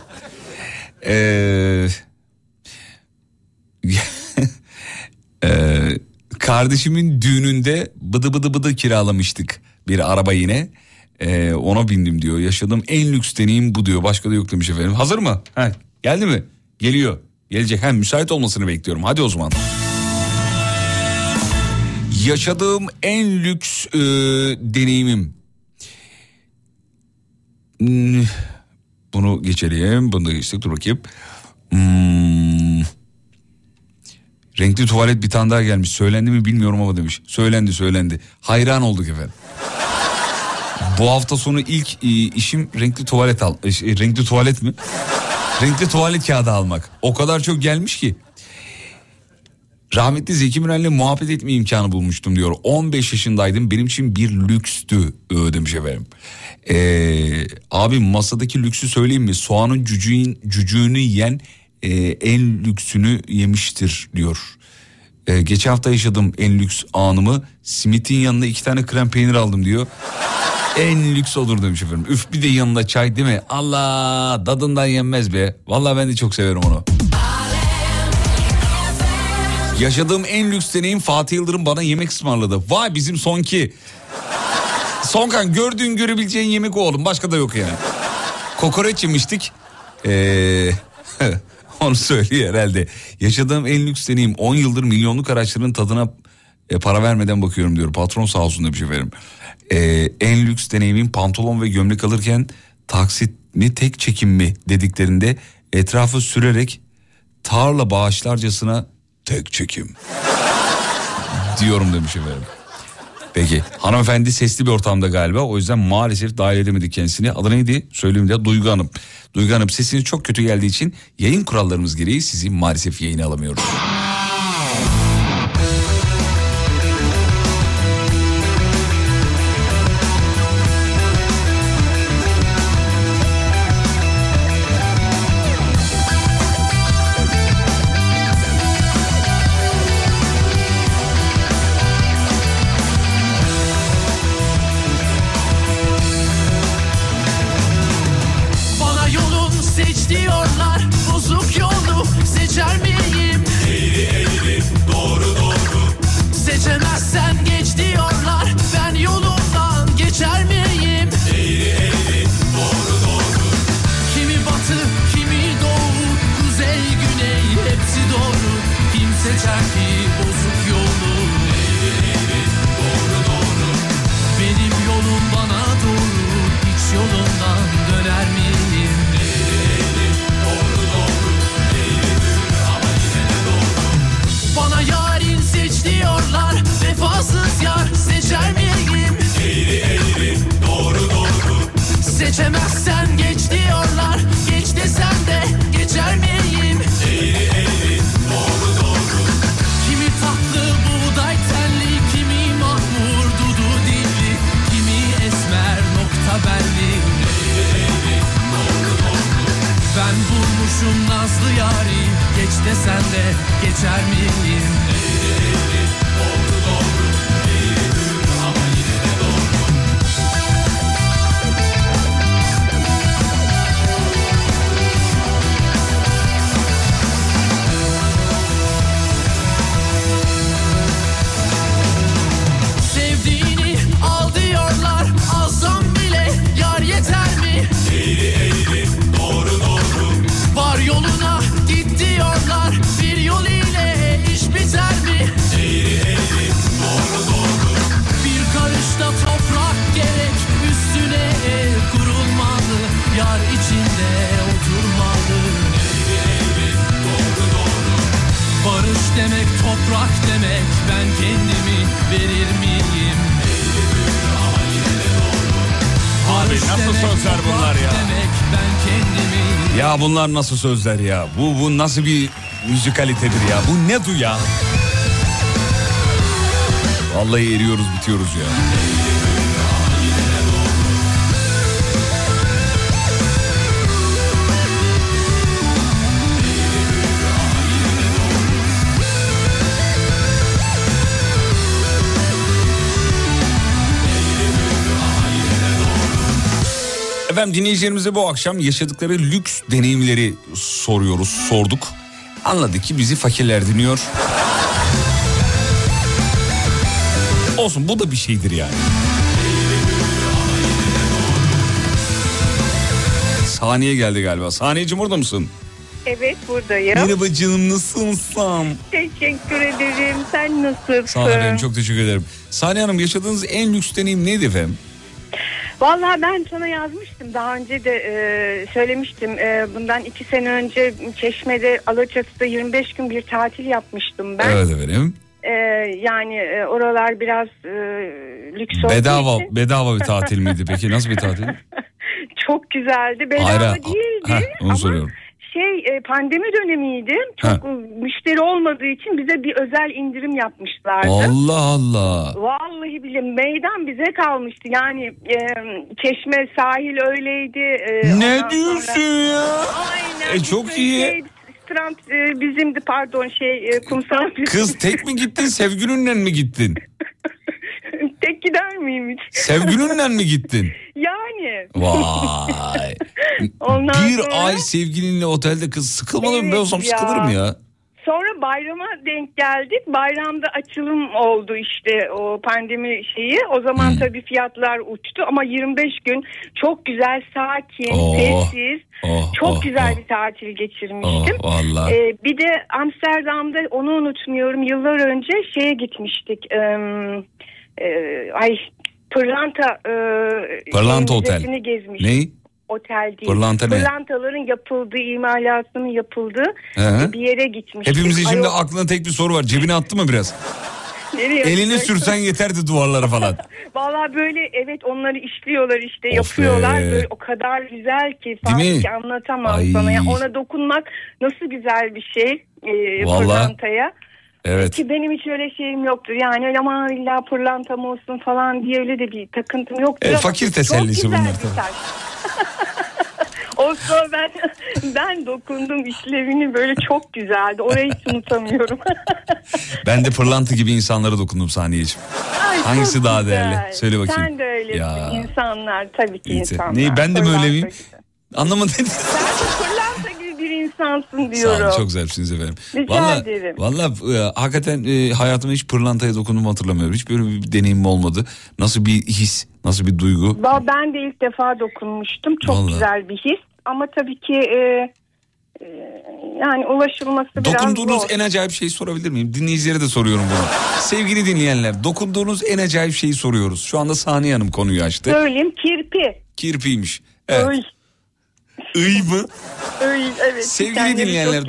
Kardeşimin düğününde bıdı kiralamıştık bir araba yine. Ona bindim diyor. Yaşadığım en lüks deneyim bu diyor. Başka da yok demiş efendim. Hazır mı? Geldi mi? Geliyor. Gelecek. Müsait olmasını bekliyorum. Hadi o zaman. Yaşadığım en lüks deneyimim. Bunu geçelim. Bunu da geçtik. Dur bakayım. Renkli tuvalet bir tane daha gelmiş. Söylendi mi bilmiyorum ama demiş. Söylendi. Hayran olduk efendim. Bu hafta sonu ilk işim renkli tuvalet renkli tuvalet mi? Renkli tuvalet kağıdı almak. O kadar çok gelmiş ki. Rahmetli Zeki Müren'le muhabbet etme imkanı bulmuştum diyor. 15 yaşındaydım, benim için bir lükstü demiş efendim. Abi masadaki lüksü söyleyeyim mi? Soğanın cücüğünü yiyen en lüksünü yemiştir diyor. Geçen hafta yaşadım en lüks anımı. Simitin yanına 2 tane krem peynir aldım diyor. En lüks olur demiş efendim. Üf, bir de yanında çay değil mi? Allah, tadından yenmez be. Vallahi ben de çok severim onu. Yaşadığım en lüks deneyim, Fatih Yıldırım bana yemek ısmarladı. Vay bizim Sonki. Sonkan, gördüğün görebileceğin yemek o oğlum. Başka da yok yani. Kokoreç yemiştik. Onu söylüyor herhalde. Yaşadığım en lüks deneyim, 10 yıldır milyonluk araçların tadına para vermeden bakıyorum diyor. Patron sağ olsun demiş efendim. En lüks deneyimim, pantolon ve gömlek alırken taksit mi tek çekim mi dediklerinde etrafı sürerek tarla bağışlarcasına tek çekim diyorum demiş efendim. Peki hanımefendi sesli bir ortamda galiba, o yüzden maalesef dahil edemedik kendisini. Adı neydi? Söyleyeyim de, Duygu Hanım. Duygu Hanım, sesiniz çok kötü geldiği için yayın kurallarımız gereği sizi maalesef yayına alamıyoruz. Geçemezsen geç diyorlar, geç desem de geçer miyim? Eğri eğri, doğru doğru. Kimi tatlı buğday tenli, kimi mahmur dudu dilli, kimi esmer nokta belli. Eğri eğri, doğru doğru. Ben bulmuşum nazlı yari, geç desen de geçer miyim? Eğri eğri, doğru doğru. Eğridir ama yine de doğru. Eğri eğri, doğru doğru. Var yoluna git diyorlar, bir yol ile iş biter mi? Eğri eğri, doğru doğru. Bir karışta toprak gerek, üstüne ev kurulmalı, yar içinde oturmalı. Eğri eğri, doğru doğru. Barış demek toprak demek, ben kendimi verir miyim? Eğridir ama yine de doğru. Abi nasıl sözler bunlar ya? Ya bunlar nasıl sözler ya? Bu nasıl bir müzikalitedir ya? Bu ne du ya? Vallahi eriyoruz, bitiyoruz ya. Efendim dinleyicilerimize bu akşam yaşadıkları lüks deneyimleri sorduk. Anladık ki bizi fakirler dinliyor. Olsun, bu da bir şeydir yani. Saniye geldi galiba. Saniyeciğim orada mısın? Evet, buradayım. Merhaba canım, nasılsın? Teşekkür ederim. Sen nasılsın? Sağ olun efendim, çok teşekkür ederim. Saniye Hanım, yaşadığınız en lüks deneyim neydi efendim? Vallahi ben sana yazmıştım. Daha önce de söylemiştim. Bundan 2 sene önce Çeşme'de, Alaçatı'da 25 gün bir tatil yapmıştım ben. Evet efendim. Yani oralar biraz lüks olduğu için. Bedava bir tatil miydi peki? Nasıl bir tatil? Çok güzeldi. Bedava değildi. Onu soruyorum. Pandemi dönemiydi. Çok müşteri olmadığı için bize bir özel indirim yapmışlardı. Allah Allah. Vallahi billahi meydan bize kalmıştı. Yani Çeşme sahil öyleydi. Ne diyorsun ya? Aynen. Çok iyi. Strand bizimdi, pardon kumsal bizim. Kız tek mi gittin, sevgilinle mi gittin? Tek gider miyim hiç? Sevgilinle mi gittin? Yani. Vay. Bir ay sevgilinle otelde, kız sıkılmadın mı? Ben olsam sıkılırım ya. Sonra bayrama denk geldik. Bayramda açılım oldu işte o pandemi şeyi. O zaman tabii fiyatlar uçtu ama 25 gün çok güzel, sakin, sessiz, çok güzel bir tatil geçirmiştim. Bir de Amsterdam'da, onu unutmuyorum, yıllar önce şeye gitmiştik. Pırlanta Otel. Gezmiştik. Ne? Otel değil. Pırlanta ne? Pırlantaların yapıldığı, imalatının yapıldığı bir yere gitmiştik. Hepimizin şimdi aklına tek bir soru var. Cebine attı mı biraz? Elini sürsen yeterdi duvarlara falan. Vallahi böyle onları işliyorlar işte, yapıyorlar. Böyle o kadar güzel ki Fatih, anlatamam sana. Yani ona dokunmak nasıl güzel bir şey pırlantaya. Evet. Ki benim hiç öyle şeyim yoktur. Yani ama illa pırlantam olsun falan diye öyle de bir takıntım yoktur. Fakir tesellisi bunlar tabii. Olsa ben dokundum, işlevini böyle çok güzeldi. Orayı hiç unutamıyorum. Ben de pırlanta gibi insanlara dokundum Saniyeciğim. Hangisi daha değerli? Söyle bakayım. Sen de öylesin. Ya. İnsanlar tabii ki insanlar. Neyi, ben de mi öyle miyim? Anlamadım. Sen de pırlanta gibi bir insansın diyorum. Sağ olun, çok güzelsiniz efendim. Rica ederim. Vallahi hakikaten hayatımda hiç pırlantaya dokunduğumu hatırlamıyorum. Hiç böyle bir deneyimim olmadı. Nasıl bir his, nasıl bir duygu? Ben de ilk defa dokunmuştum. Çok güzel bir his. Ama tabii ki yani ulaşılması biraz zor. Dokunduğunuz en acayip şeyi sorabilir miyim? Dinleyicilere de soruyorum bunu. Sevgili dinleyenler, dokunduğunuz en acayip şeyi soruyoruz. Şu anda Saniye Hanım konuyu açtı. Söyleyeyim, kirpi. Kirpiymiş. Evet. Iy mı? Evet. Sevgili dinleyenler,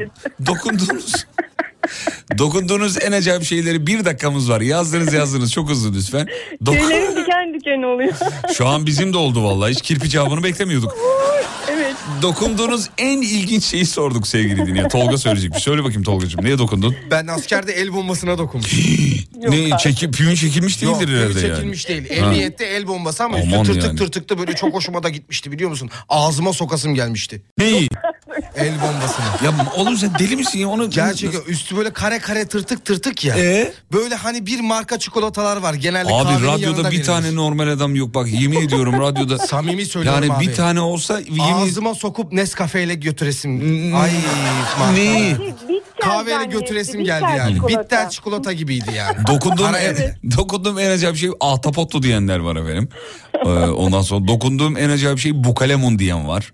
dokunduğunuz en acayip şeyleri, 1 dakikamız var. Yazdınız çok hızlı lütfen. Tüylerim diken diken oluyor. Şu an bizim de oldu vallahi. Hiç kirpi cevabını beklemiyorduk. Evet. Dokunduğunuz en ilginç şeyi sorduk sevgili dinleyen. Tolga söyleyecekmiş. Söyle bakayım Tolgacığım, neye dokundun? Ben askerde el bombasına dokundum. Püyün çekilmiş değildir herhalde yani. Yok, çekilmiş değil. Emniyette el bombası ama üstü tırtıktı böyle, çok hoşuma da gitmişti biliyor musun? Ağzıma sokasım gelmişti. Neyi? El bombasını. Ya oğlum sen deli misin ya? Onu gerçekten üstü böyle kare tırtık ya. Böyle hani bir marka çikolatalar var. Genelde abi radyoda bir tane normal adam yok bak, yemin ediyorum radyoda. Samimi söylüyorum yani abi. Bir tane olsa ağzıma sokup Nescafe'yle götüresim. Ay ne? Kahveyle götüresim geldi yani. Bitter çikolata gibiydi yani. Dokunduğum en acayip şey ahtapotlu diyenler var efendim. Ondan sonra dokunduğum en acayip şey bukalemun diyen var.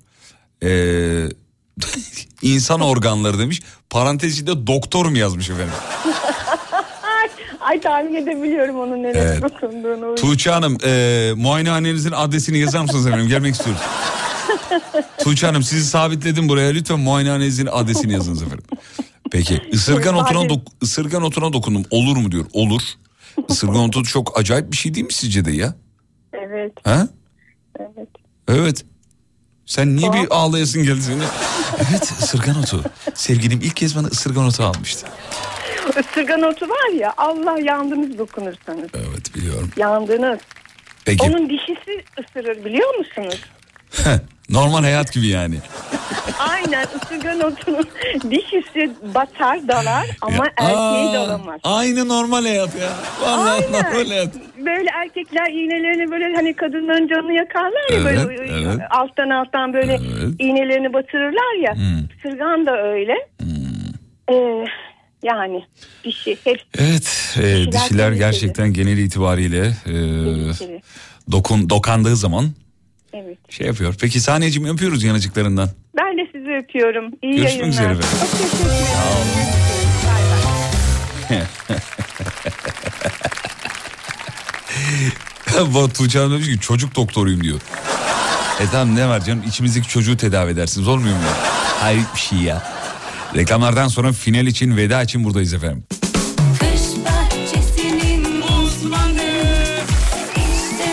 İnsan organları demiş. Parantez içinde doktor mu yazmış efendim? Ay tahmin edebiliyorum onun nereye dokunduğunu. Tuğçe Hanım, muayenehanenizin adresini yazar mısınız efendim? Gelmek istiyoruz. Tuğçe Hanım, sizi sabitledim buraya. Lütfen muayenehanenizin adresini yazınız efendim. Peki ısırgan otuna dokundum. Olur mu diyor. Olur. Isırgan otu çok acayip bir şey değil mi sizce de ya? Evet. Ha? Evet. Sen niye bir ağlayasın geldi seni? Evet, ısırgan otu. Sevgilim ilk kez bana ısırgan otu almıştı. Isırgan otu var ya, Allah, yandınız dokunursanız. Evet, biliyorum. Yandınız. Peki. Onun dişisi ısırır, biliyor musunuz? Normal hayat gibi yani. Aynen, ısırgan otunun dişisi batar, dalar ama erkeği dalamaz. Aynı normal hayat ya. Vallahi normal hayat. Böyle erkekler iğnelerini böyle hani kadınların canını yakarlar ya, böyle alttan böyle iğnelerini batırırlar ya. Isırgan da öyle. Yani dişi hep. Evet. Dişiler gerçekten genel itibariyle dokandığı zaman şey yapıyor. Peki Saniyeciğim, öpüyoruz yanıcıklarından. Ben de sizi öpüyorum. İyi Görüşmek yayınlar. üzere. Çok teşekkür ederim. Tuğçe Hanım demiş ki çocuk doktoruyum diyor. Tamam, ne var canım, içimizdeki çocuğu tedavi edersiniz, olmuyor mu? Hayır bir şey ya. Reklamlardan sonra final için, veda için buradayız efendim. Kış bahçesinin uzmanı işte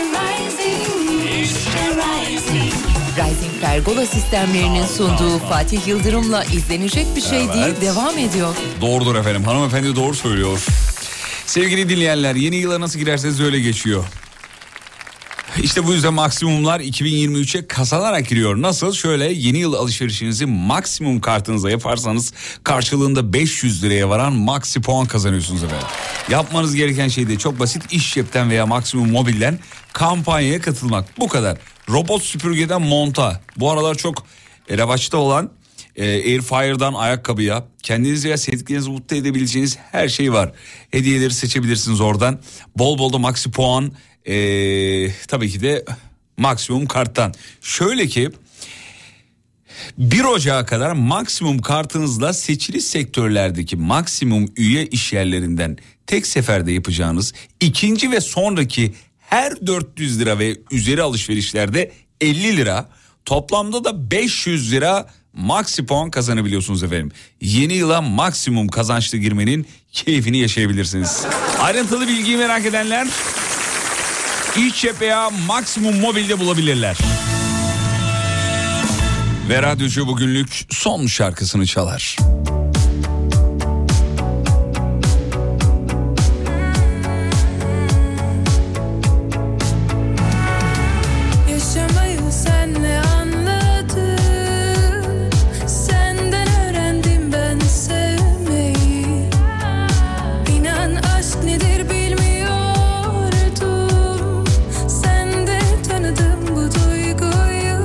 Rising. Rising Pergola sistemlerinin sunduğu Fatih Yıldırım'la izlenecek bir şey değil devam ediyor. Doğrudur efendim, hanımefendi doğru söylüyor. Sevgili dinleyenler, yeni yıla nasıl girerseniz öyle geçiyor. İşte bu yüzden maksimumlar 2023'e kazanarak giriyor. Nasıl? Şöyle, yeni yıl alışverişinizi maksimum kartınıza yaparsanız karşılığında 500 liraya varan maksi puan kazanıyorsunuz efendim. Yapmanız gereken şey de çok basit. İş cepten veya maksimum mobilden kampanyaya katılmak. Bu kadar. Robot süpürgeden monta. Bu aralar çok revaçta olan Airfryer'dan ayakkabıya, kendinizi veya sevdiklerinizi mutlu edebileceğiniz her şey var. Hediyeleri seçebilirsiniz oradan. Bol bol da maksi puan, tabii ki de maksimum karttan. Şöyle ki 1 Ocağı kadar maksimum kartınızla seçili sektörlerdeki maksimum üye işyerlerinden tek seferde yapacağınız ikinci ve sonraki her 400 lira ve üzeri alışverişlerde 50 lira, toplamda da 500 lira maksi puan kazanabiliyorsunuz efendim. Yeni yıla maksimum kazançlı girmenin keyfini yaşayabilirsiniz. Ayrıntılı bilgiyi merak edenler İç veya maksimum mobilde bulabilirler. Ve radyocu bugünlük son şarkısını çalar. Yaşamayı senle anladım. Senden öğrendim ben sevmeyi. İnan aşk nedir bilmiyordum. Sende tanıdım bu duyguyu.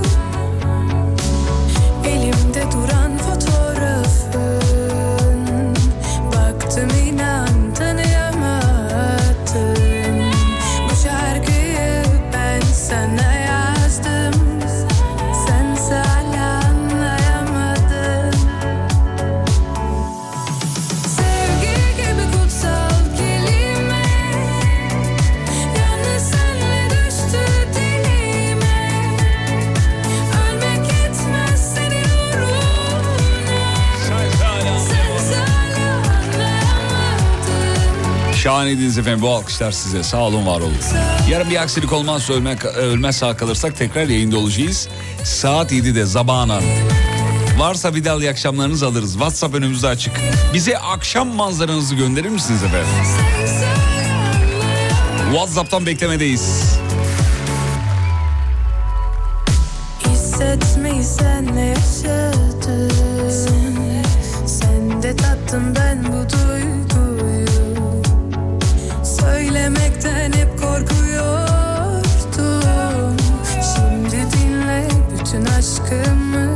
Elimde duran fotoğrafın. Baktım inan tanıyamadım. Bu şarkıyı ben sana yazdım. Sense hala anlayamadın. Sevgi gibi kutsal kelime. Yalnız senle düştü dilime. Ölmek yetmez senin uğruna. Sense hala anlayamadın. Şahaneydiniz efendim, bu alkışlar size. Sağ olun, var olun. Yarın bir aksilik olmazsa ölmez sağ kalırsak tekrar yayında olacağız. Saat 7'de zabanan. Varsa bir daha iyi akşamlarınızı alırız. WhatsApp önümüzde açık. Bize akşam manzaranızı gönderir misiniz efendim? WhatsApp'tan beklemedeyiz. Hissetmeyi senle yaşadım. Sende tattım ben bu duyguyu. Söylemekten hep korkuyordum. Şimdi dinle bütün aşkımı.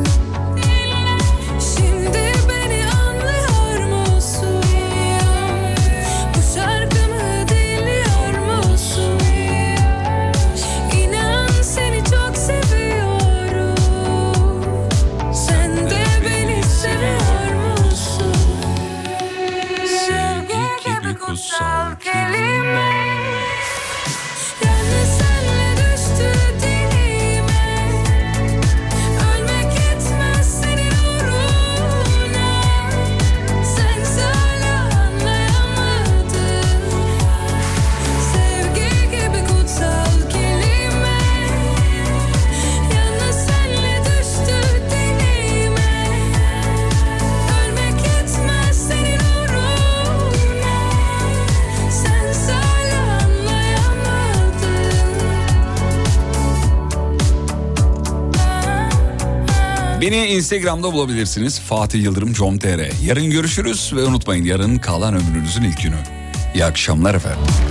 Şimdi beni anlıyor musun? Bu şarkımı dinliyor musun? İnan seni çok seviyorum. Sen de beni seviyor musun? Sevgi gibi kutsal kelime. Yalnız senle düştü dilime. Ölmek yetmez senin uğruna. Sense hala anlayamadın. Sevgi gibi kutsal kelime. Yalnız senle düştü dilime. Ölmek yetmez senin uğruna. Sense hala anlayamadın. Beni Instagram'da bulabilirsiniz. Fatih Yıldırım .com.tr. Yarın görüşürüz ve unutmayın, yarın kalan ömrünüzün ilk günü. İyi akşamlar efendim.